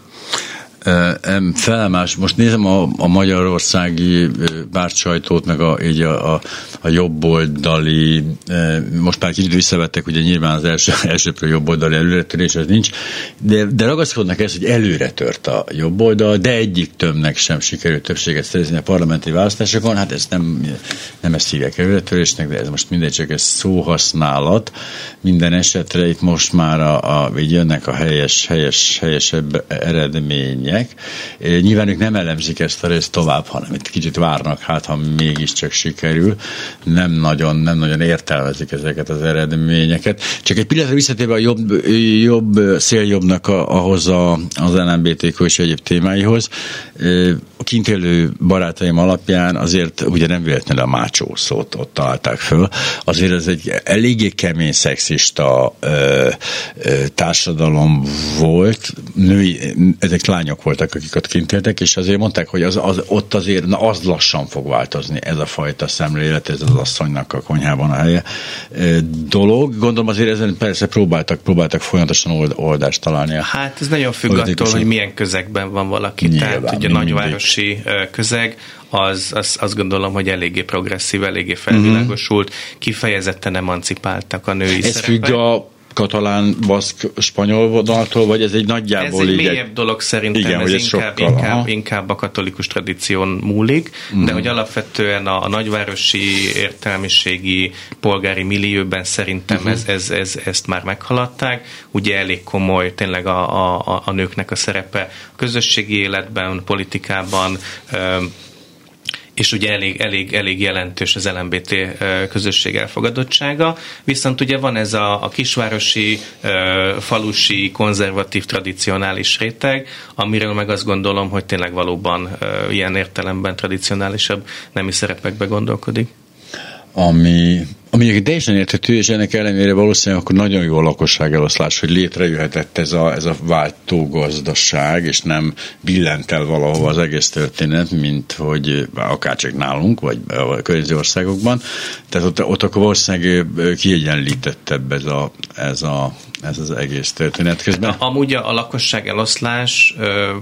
Felemás, most nézem a, a magyarországi pártsajtót, meg a, így a, a, a jobboldali, most már kicsit visszavettek, ugye nyilván az első, elsőpről jobboldali előretörés, az nincs, de, de ragaszkodnak ez, hogy előre tört a jobboldal, de egyik tömbnek sem sikerült többséget szerezni a parlamenti választásokon, hát ezt nem, nem ezt hívják előretörésnek, de ez most mindegy, csak ez szóhasználat. Minden esetre itt most már a, a, így jönnek a helyes, helyes, helyesebb eredmény. Nyilván ők nem elemzik ezt a részt tovább, hanem itt kicsit várnak, hát ha mégiscsak sikerül, nem nagyon, nem nagyon értelmezik ezeket az eredményeket. Csak egy pillanatra visszatérve a jobb, jobb széljobbnak a, ahhoz a, az el em bé té kú és egyéb témáihoz. A kint élő barátaim alapján azért ugye nem véletlenül a mácsó szót ott találták föl. Azért ez egy eléggé kemény szexista ö, ö, társadalom volt. Női, ezek lányok voltak, akik ott kint éltek, és azért mondták, hogy az, az, ott azért na, az lassan fog változni ez a fajta szemlélet, ez az asszonynak a konyhában a helye dolog. Gondolom azért ezen persze próbáltak, próbáltak folyamatosan old, oldást találni. Hát ez nagyon függ attól, hogy milyen közegben van valaki. Nyilván, tehát ugye nagyvárosi közeg, az, az, azt gondolom, hogy eléggé progresszív, eléggé felvilágosult, uh-huh. kifejezetten emancipáltak a női ez szerepek. Függ a katalán, baszk, spanyol vonaltól, vagy ez egy nagyjából ez egy így mélyebb egy... dolog szerintem, igen, ez, ez inkább, sokkal, inkább, inkább a katolikus tradíción múlik, mm. de hogy alapvetően a, a nagyvárosi értelmiségi polgári millióben szerintem mm-hmm. ez, ez, ez, ezt már meghaladták. Ugye elég komoly tényleg a, a, a nőknek a szerepe a közösségi életben, politikában, és ugye elég, elég, elég jelentős az el em bé té közösség elfogadottsága, viszont ugye van ez a, a kisvárosi, falusi, konzervatív, tradicionális réteg, amiről meg azt gondolom, hogy tényleg valóban ilyen értelemben tradicionálisabb nemi szerepekbe gondolkodik. Ami, Ami teljesen érthető, és ennek ellenére valószínűleg akkor nagyon jó a lakosság eloszlás, hogy létrejöhetett ez a, ez a váltó gazdaság, és nem billent el valahova az egész történet, mint hogy akárcsak nálunk, vagy a környező országokban. Tehát ott, ott akkor valószínűleg kiegyenlítettebb ez, a, ez, a, ez az egész történet közben. Amúgy a lakosság eloszlás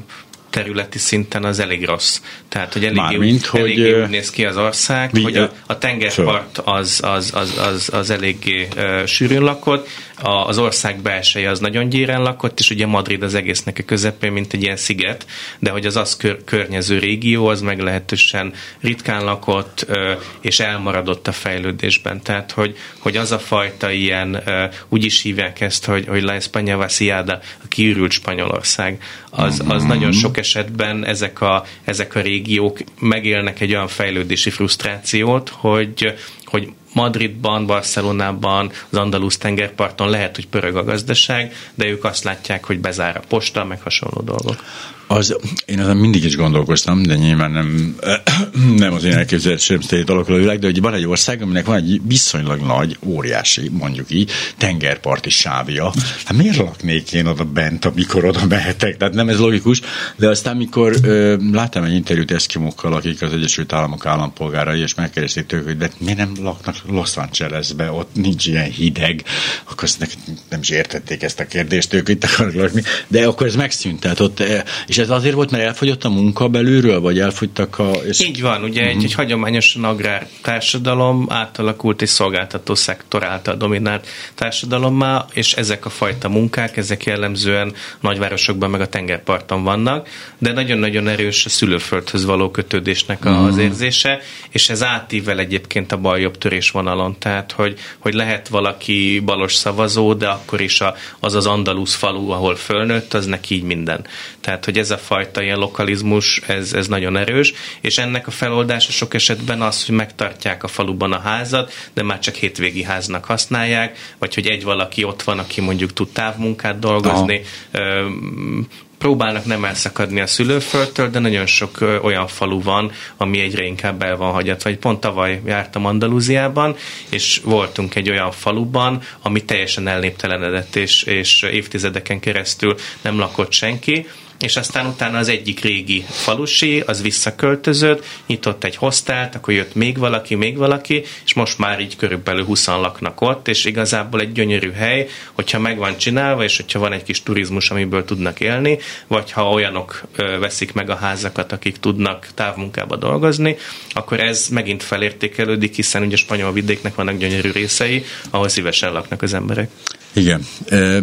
területi szinten az elég rossz. Tehát, hogy eléggé, Mármint, úgy, eléggé hogy, úgy néz ki az ország, vi, hogy a, a tengerpart az, az, az, az, az eléggé uh, sűrűn lakott, a, az ország belseje az nagyon gyéren lakott, és ugye Madrid az egésznek a közepén, mint egy ilyen sziget, de hogy az az kör, környező régió, az meglehetősen ritkán lakott, uh, és elmaradott a fejlődésben. Tehát, hogy, hogy az a fajta ilyen, uh, úgy is hívják ezt, hogy, hogy La España vaciada, a kiürült Spanyolország, az, az mm-hmm. nagyon sok esetben ezek a, ezek a régiók megélnek egy olyan fejlődési frusztrációt, hogy, hogy Madridban, Barcelonában, az andalusz tengerparton lehet, hogy pörög a gazdaság, de ők azt látják, hogy bezár a posta, meg hasonló dolgok. Az, én azon mindig is gondolkoztam, de nyilván nem, nem az én elképzelésem szerint alakul a világ, de hogy van egy ország, aminek van egy viszonylag nagy, óriási, mondjuk így, tengerparti sávja. Hát miért laknék én oda bent, amikor oda mehetek? Tehát nem ez logikus, de aztán, mikor ö, láttam egy interjút eszkimokkal, akik az Egyesült Államok állampolgárai, és megkérdezték tőlük, hogy de miért nem laknak Los Angelesbe, ott nincs ilyen hideg, akkor azt nem is értették ezt a kérdést, ők itt akarnak lakni, de akkor ez megszűnt, tehát ott, és ez azért volt, mert elfogyott a munka belülről, vagy elfogytak a... És... Így van, ugye uh-huh. egy, egy hagyományosan agrár társadalom átalakult egy szolgáltató szektor által dominált társadalommá, és ezek a fajta munkák, ezek jellemzően nagyvárosokban meg a tengerparton vannak, de nagyon-nagyon erős a szülőföldhöz való kötődésnek uh-huh. az érzése, és ez átível egyébként a bal-jobb törésvonalon, tehát hogy, hogy lehet valaki balos szavazó, de akkor is a, az az andalusz falu, ahol fölnőtt, az neki így minden. Tehát, hogy ez a fajta ilyen lokalizmus, ez, ez nagyon erős, és ennek a feloldása sok esetben az, hogy megtartják a faluban a házat, de már csak hétvégi háznak használják, vagy hogy egy valaki ott van, aki mondjuk tud távmunkát dolgozni, Aha. próbálnak nem elszakadni a szülőföldtől, de nagyon sok ö, olyan falu van, ami egyre inkább el van hagyatva. Pont tavaly jártam Andalúziában, és voltunk egy olyan faluban, ami teljesen elnéptelenedett, és, és évtizedeken keresztül nem lakott senki, és aztán utána az egyik régi falusi, az visszaköltözött, nyitott egy hostelt, akkor jött még valaki, még valaki, és most már így körülbelül húszan laknak ott, és igazából egy gyönyörű hely, hogyha meg van csinálva, és hogyha van egy kis turizmus, amiből tudnak élni, vagy ha olyanok ö, veszik meg a házakat, akik tudnak távmunkába dolgozni, akkor ez megint felértékelődik, hiszen ugye a spanyol vidéknek vannak gyönyörű részei, ahol szívesen laknak az emberek. Igen, e,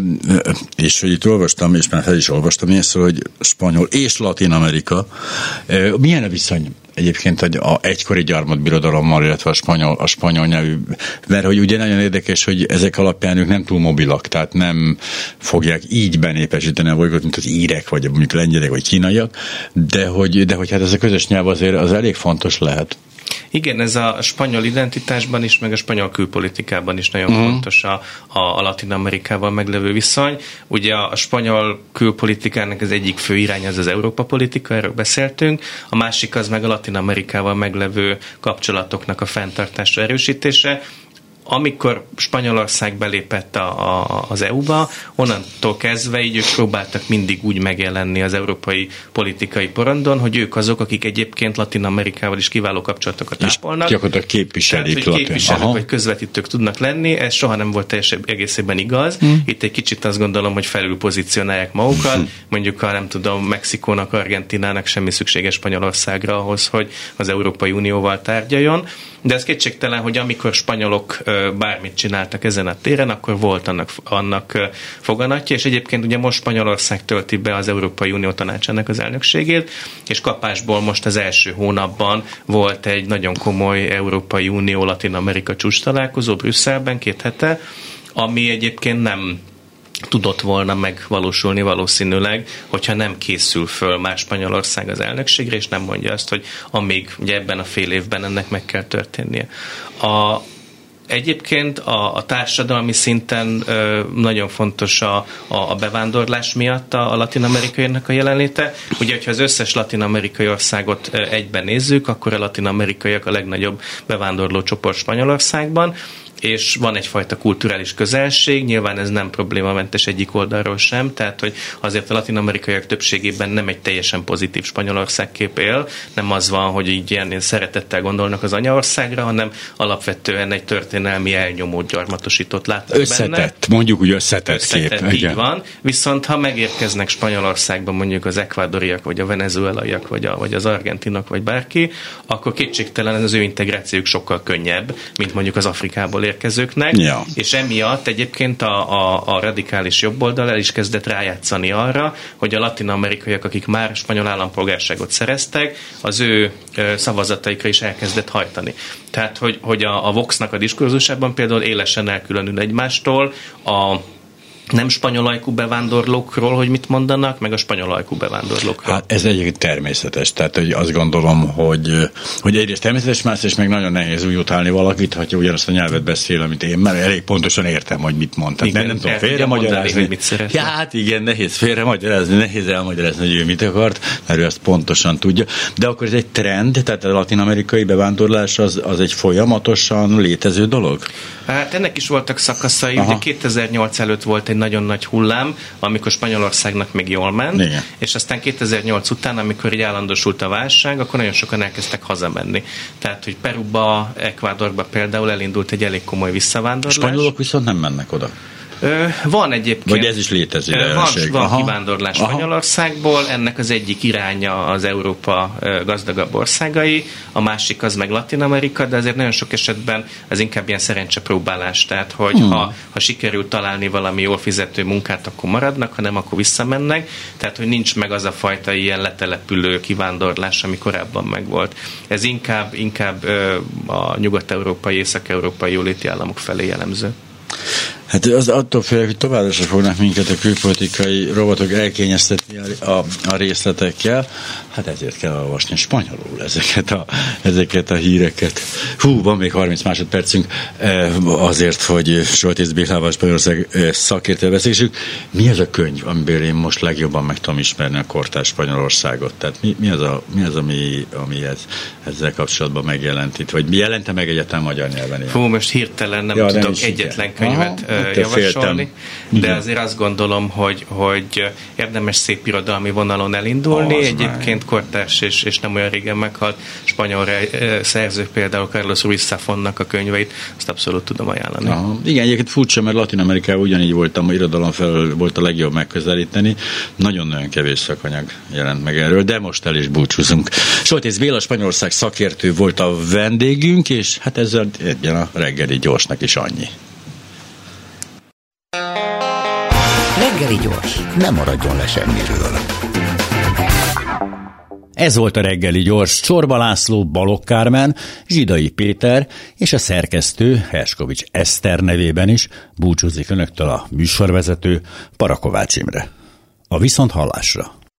és hogy itt olvastam, és már fel is olvastam ilyen szó, hogy spanyol és Latin Amerika. E, milyen a viszony egyébként a egykori gyarmatbirodalommal, illetve a spanyol, a spanyol nyelvű, mert hogy ugye nagyon érdekes, hogy ezek alapján ők nem túl mobilak, tehát nem fogják így benépesíteni a bolygót, mint az írek, vagy mondjuk lengyelek, vagy kínaiak, de hogy, de hogy hát ez a közös nyelv azért az elég fontos lehet. Igen, ez a spanyol identitásban is, meg a spanyol külpolitikában is nagyon uh-huh. fontos a, a, a Latin Amerikával meglevő viszony. Ugye a, a spanyol külpolitikának az egyik fő irány az az Európa politika, erről beszéltünk, a másik az meg a Latin Amerikával meglevő kapcsolatoknak a fenntartása, erősítése. Amikor Spanyolország belépett a, a, az é u-ba, onnantól kezdve így ők próbáltak mindig úgy megjelenni az európai politikai porondon, hogy ők azok, akik egyébként Latin Amerikával is kiváló kapcsolatokat ápolnak. Gyakorlatilag képviselik. Tehát, hogy képviselők vagy közvetítők tudnak lenni, ez soha nem volt teljes egészében igaz. Hmm. Itt egy kicsit azt gondolom, hogy felül pozícionálják magukat. Hmm. Mondjuk, ha nem tudom, Mexikónak, Argentinának semmi szüksége Spanyolországra ahhoz, hogy az Európai Unióval tárgyaljon. De ez kétségtelen, hogy amikor spanyolok bármit csináltak ezen a téren, akkor volt annak, annak foganatja, és egyébként ugye most Spanyolország tölti be az Európai Unió Tanácsának az elnökségét, és kapásból most az első hónapban volt egy nagyon komoly Európai Unió Latin Amerika csúcs találkozó Brüsszelben két hete, ami egyébként nem tudott volna megvalósulni valószínűleg, hogyha nem készül föl már Spanyolország az elnökségre, és nem mondja azt, hogy amíg ugye ebben a fél évben ennek meg kell történnie. A Egyébként a, a társadalmi szinten ö, nagyon fontos a, a, a bevándorlás miatt a, a latin-amerikaiaknak a jelenléte. Ugye, hogyha az összes latin-amerikai országot ö, egyben nézzük, akkor a latin-amerikaiak a legnagyobb bevándorló csoport Spanyolországban, és van egyfajta kulturális közelség, nyilván ez nem problémamentes egyik oldalról sem, tehát hogy azért a latin-amerikaiak többségében nem egy teljesen pozitív Spanyolország kép él, nem az van, hogy így ilyen szeretettel gondolnak az anyaországra, hanem alapvetően egy történelmi elnyomót gyarmatosított látnak összetett, benne. Mondjuk úgy összetett, összetett kép. Így igen. Van, viszont ha megérkeznek Spanyolországban mondjuk az ekvádoriak, vagy a venezuelaiak, vagy, a, vagy az argentinok, vagy bárki, akkor kétségtelen az ő integrációjuk sokkal könnyebb, mint mondjuk az Afrikából érkezőknek, ja. és emiatt egyébként a, a, a radikális jobboldal el is kezdett rájátszani arra, hogy a latin-amerikaiak, akik már spanyol állampolgárságot szereztek, az ő szavazataikra is elkezdett hajtani. Tehát, hogy, hogy a, a Voxnak a diskurzusában például élesen elkülönül egymástól a nem spanyol ajkú bevándorlókról, hogy mit mondanak, meg a spanyol ajkú bevándorlókról. Hát ez egyébként természetes, tehát hogy azt gondolom, hogy, hogy egyrészt természetes, másrészt meg nagyon nehéz úgy utálni valakit, ha ugyanazt a nyelvet beszél, amit én, mert elég pontosan értem, hogy mit mond. Tehát igen, nem, nem tudom félre magyarázni. Hogy mit szeretne. Ja, hát igen, nehéz félre magyarázni, nehéz elmagyarázni, hogy ő mit akart, mert ő azt pontosan tudja. De akkor ez egy trend, tehát a latin-amerikai bevándorlás az, az egy folyamatosan létező dolog? Hát ennek is voltak szakaszai, ugye kétezer-nyolc előtt volt egy nagyon nagy hullám, amikor Spanyolországnak még jól ment, igen. És aztán kétezer-nyolc után, amikor így állandósult a válság, akkor nagyon sokan elkezdtek hazamenni. Tehát, hogy Peruba, Ecuadorba például elindult egy elég komoly visszavándorlás. Spanyolok viszont nem mennek oda. Van egyébként. Vagy ez is létezik. Van, van kivándorlás Spanyolországból, ennek az egyik iránya az Európa gazdagabb országai, a másik az meg Latin-Amerika, de azért nagyon sok esetben ez inkább ilyen szerencsepróbálás, tehát hogy hmm. ha, ha sikerül találni valami jól fizető munkát, akkor maradnak, ha nem, akkor visszamennek, tehát hogy nincs meg az a fajta ilyen letelepülő kivándorlás, ami korábban megvolt. Ez inkább, inkább a nyugat-európai, észak-európai jóléti államok felé jellemző. Hát az attól félek, hogy továbbra sem fognak minket a külpolitikai robotok elkényeztetni a, a, a részletekkel. Hát ezért kell olvasni spanyolul ezeket a, ezeket a híreket. Hú, van még harminc másodpercünk azért, hogy Soltész Bélával Spanyolország szakértővel beszélgessük. Mi az a könyv, amiből én most legjobban meg tudom ismerni a kortárs Spanyolországot? Tehát mi, mi az, a, mi az ami, ami ez, ezzel kapcsolatban megjelent itt? Vagy mi jelente meg egyetem magyar nyelven? Ilyen? Hú, most hirtelen nem ja, tudok nem egyetlen igen. könyvet Aha, javasolni, de igen. azért azt gondolom, hogy, hogy érdemes szép irodalmi vonalon elindulni. Az Egyébként már. kortárs és, és nem olyan régen meghalt spanyol szerző, például Carlos Ruiz Zafonnak a könyveit, azt abszolút tudom ajánlani. Aha. Igen, egyébként furcsa, mert Latin-Amerikában ugyanígy voltam, a irodalom felől volt a legjobb megközelíteni. Nagyon-nagyon kevés szakanyag jelent meg erről, de most el is búcsúzunk. Soltész Béla, Spanyolország szakértő volt a vendégünk, és hát ezzel egyen a reggeli gyorsnak is annyi. Reggeli gyors, nem maradjon le semmiről. Ez volt a Reggeli gyors. Csorba László, Balogh Kármán, Zsidai Péter és a szerkesztő Herskovics Eszter nevében is búcsúzik önöktől a műsorvezető Parakovács Imre. A viszonthallásra.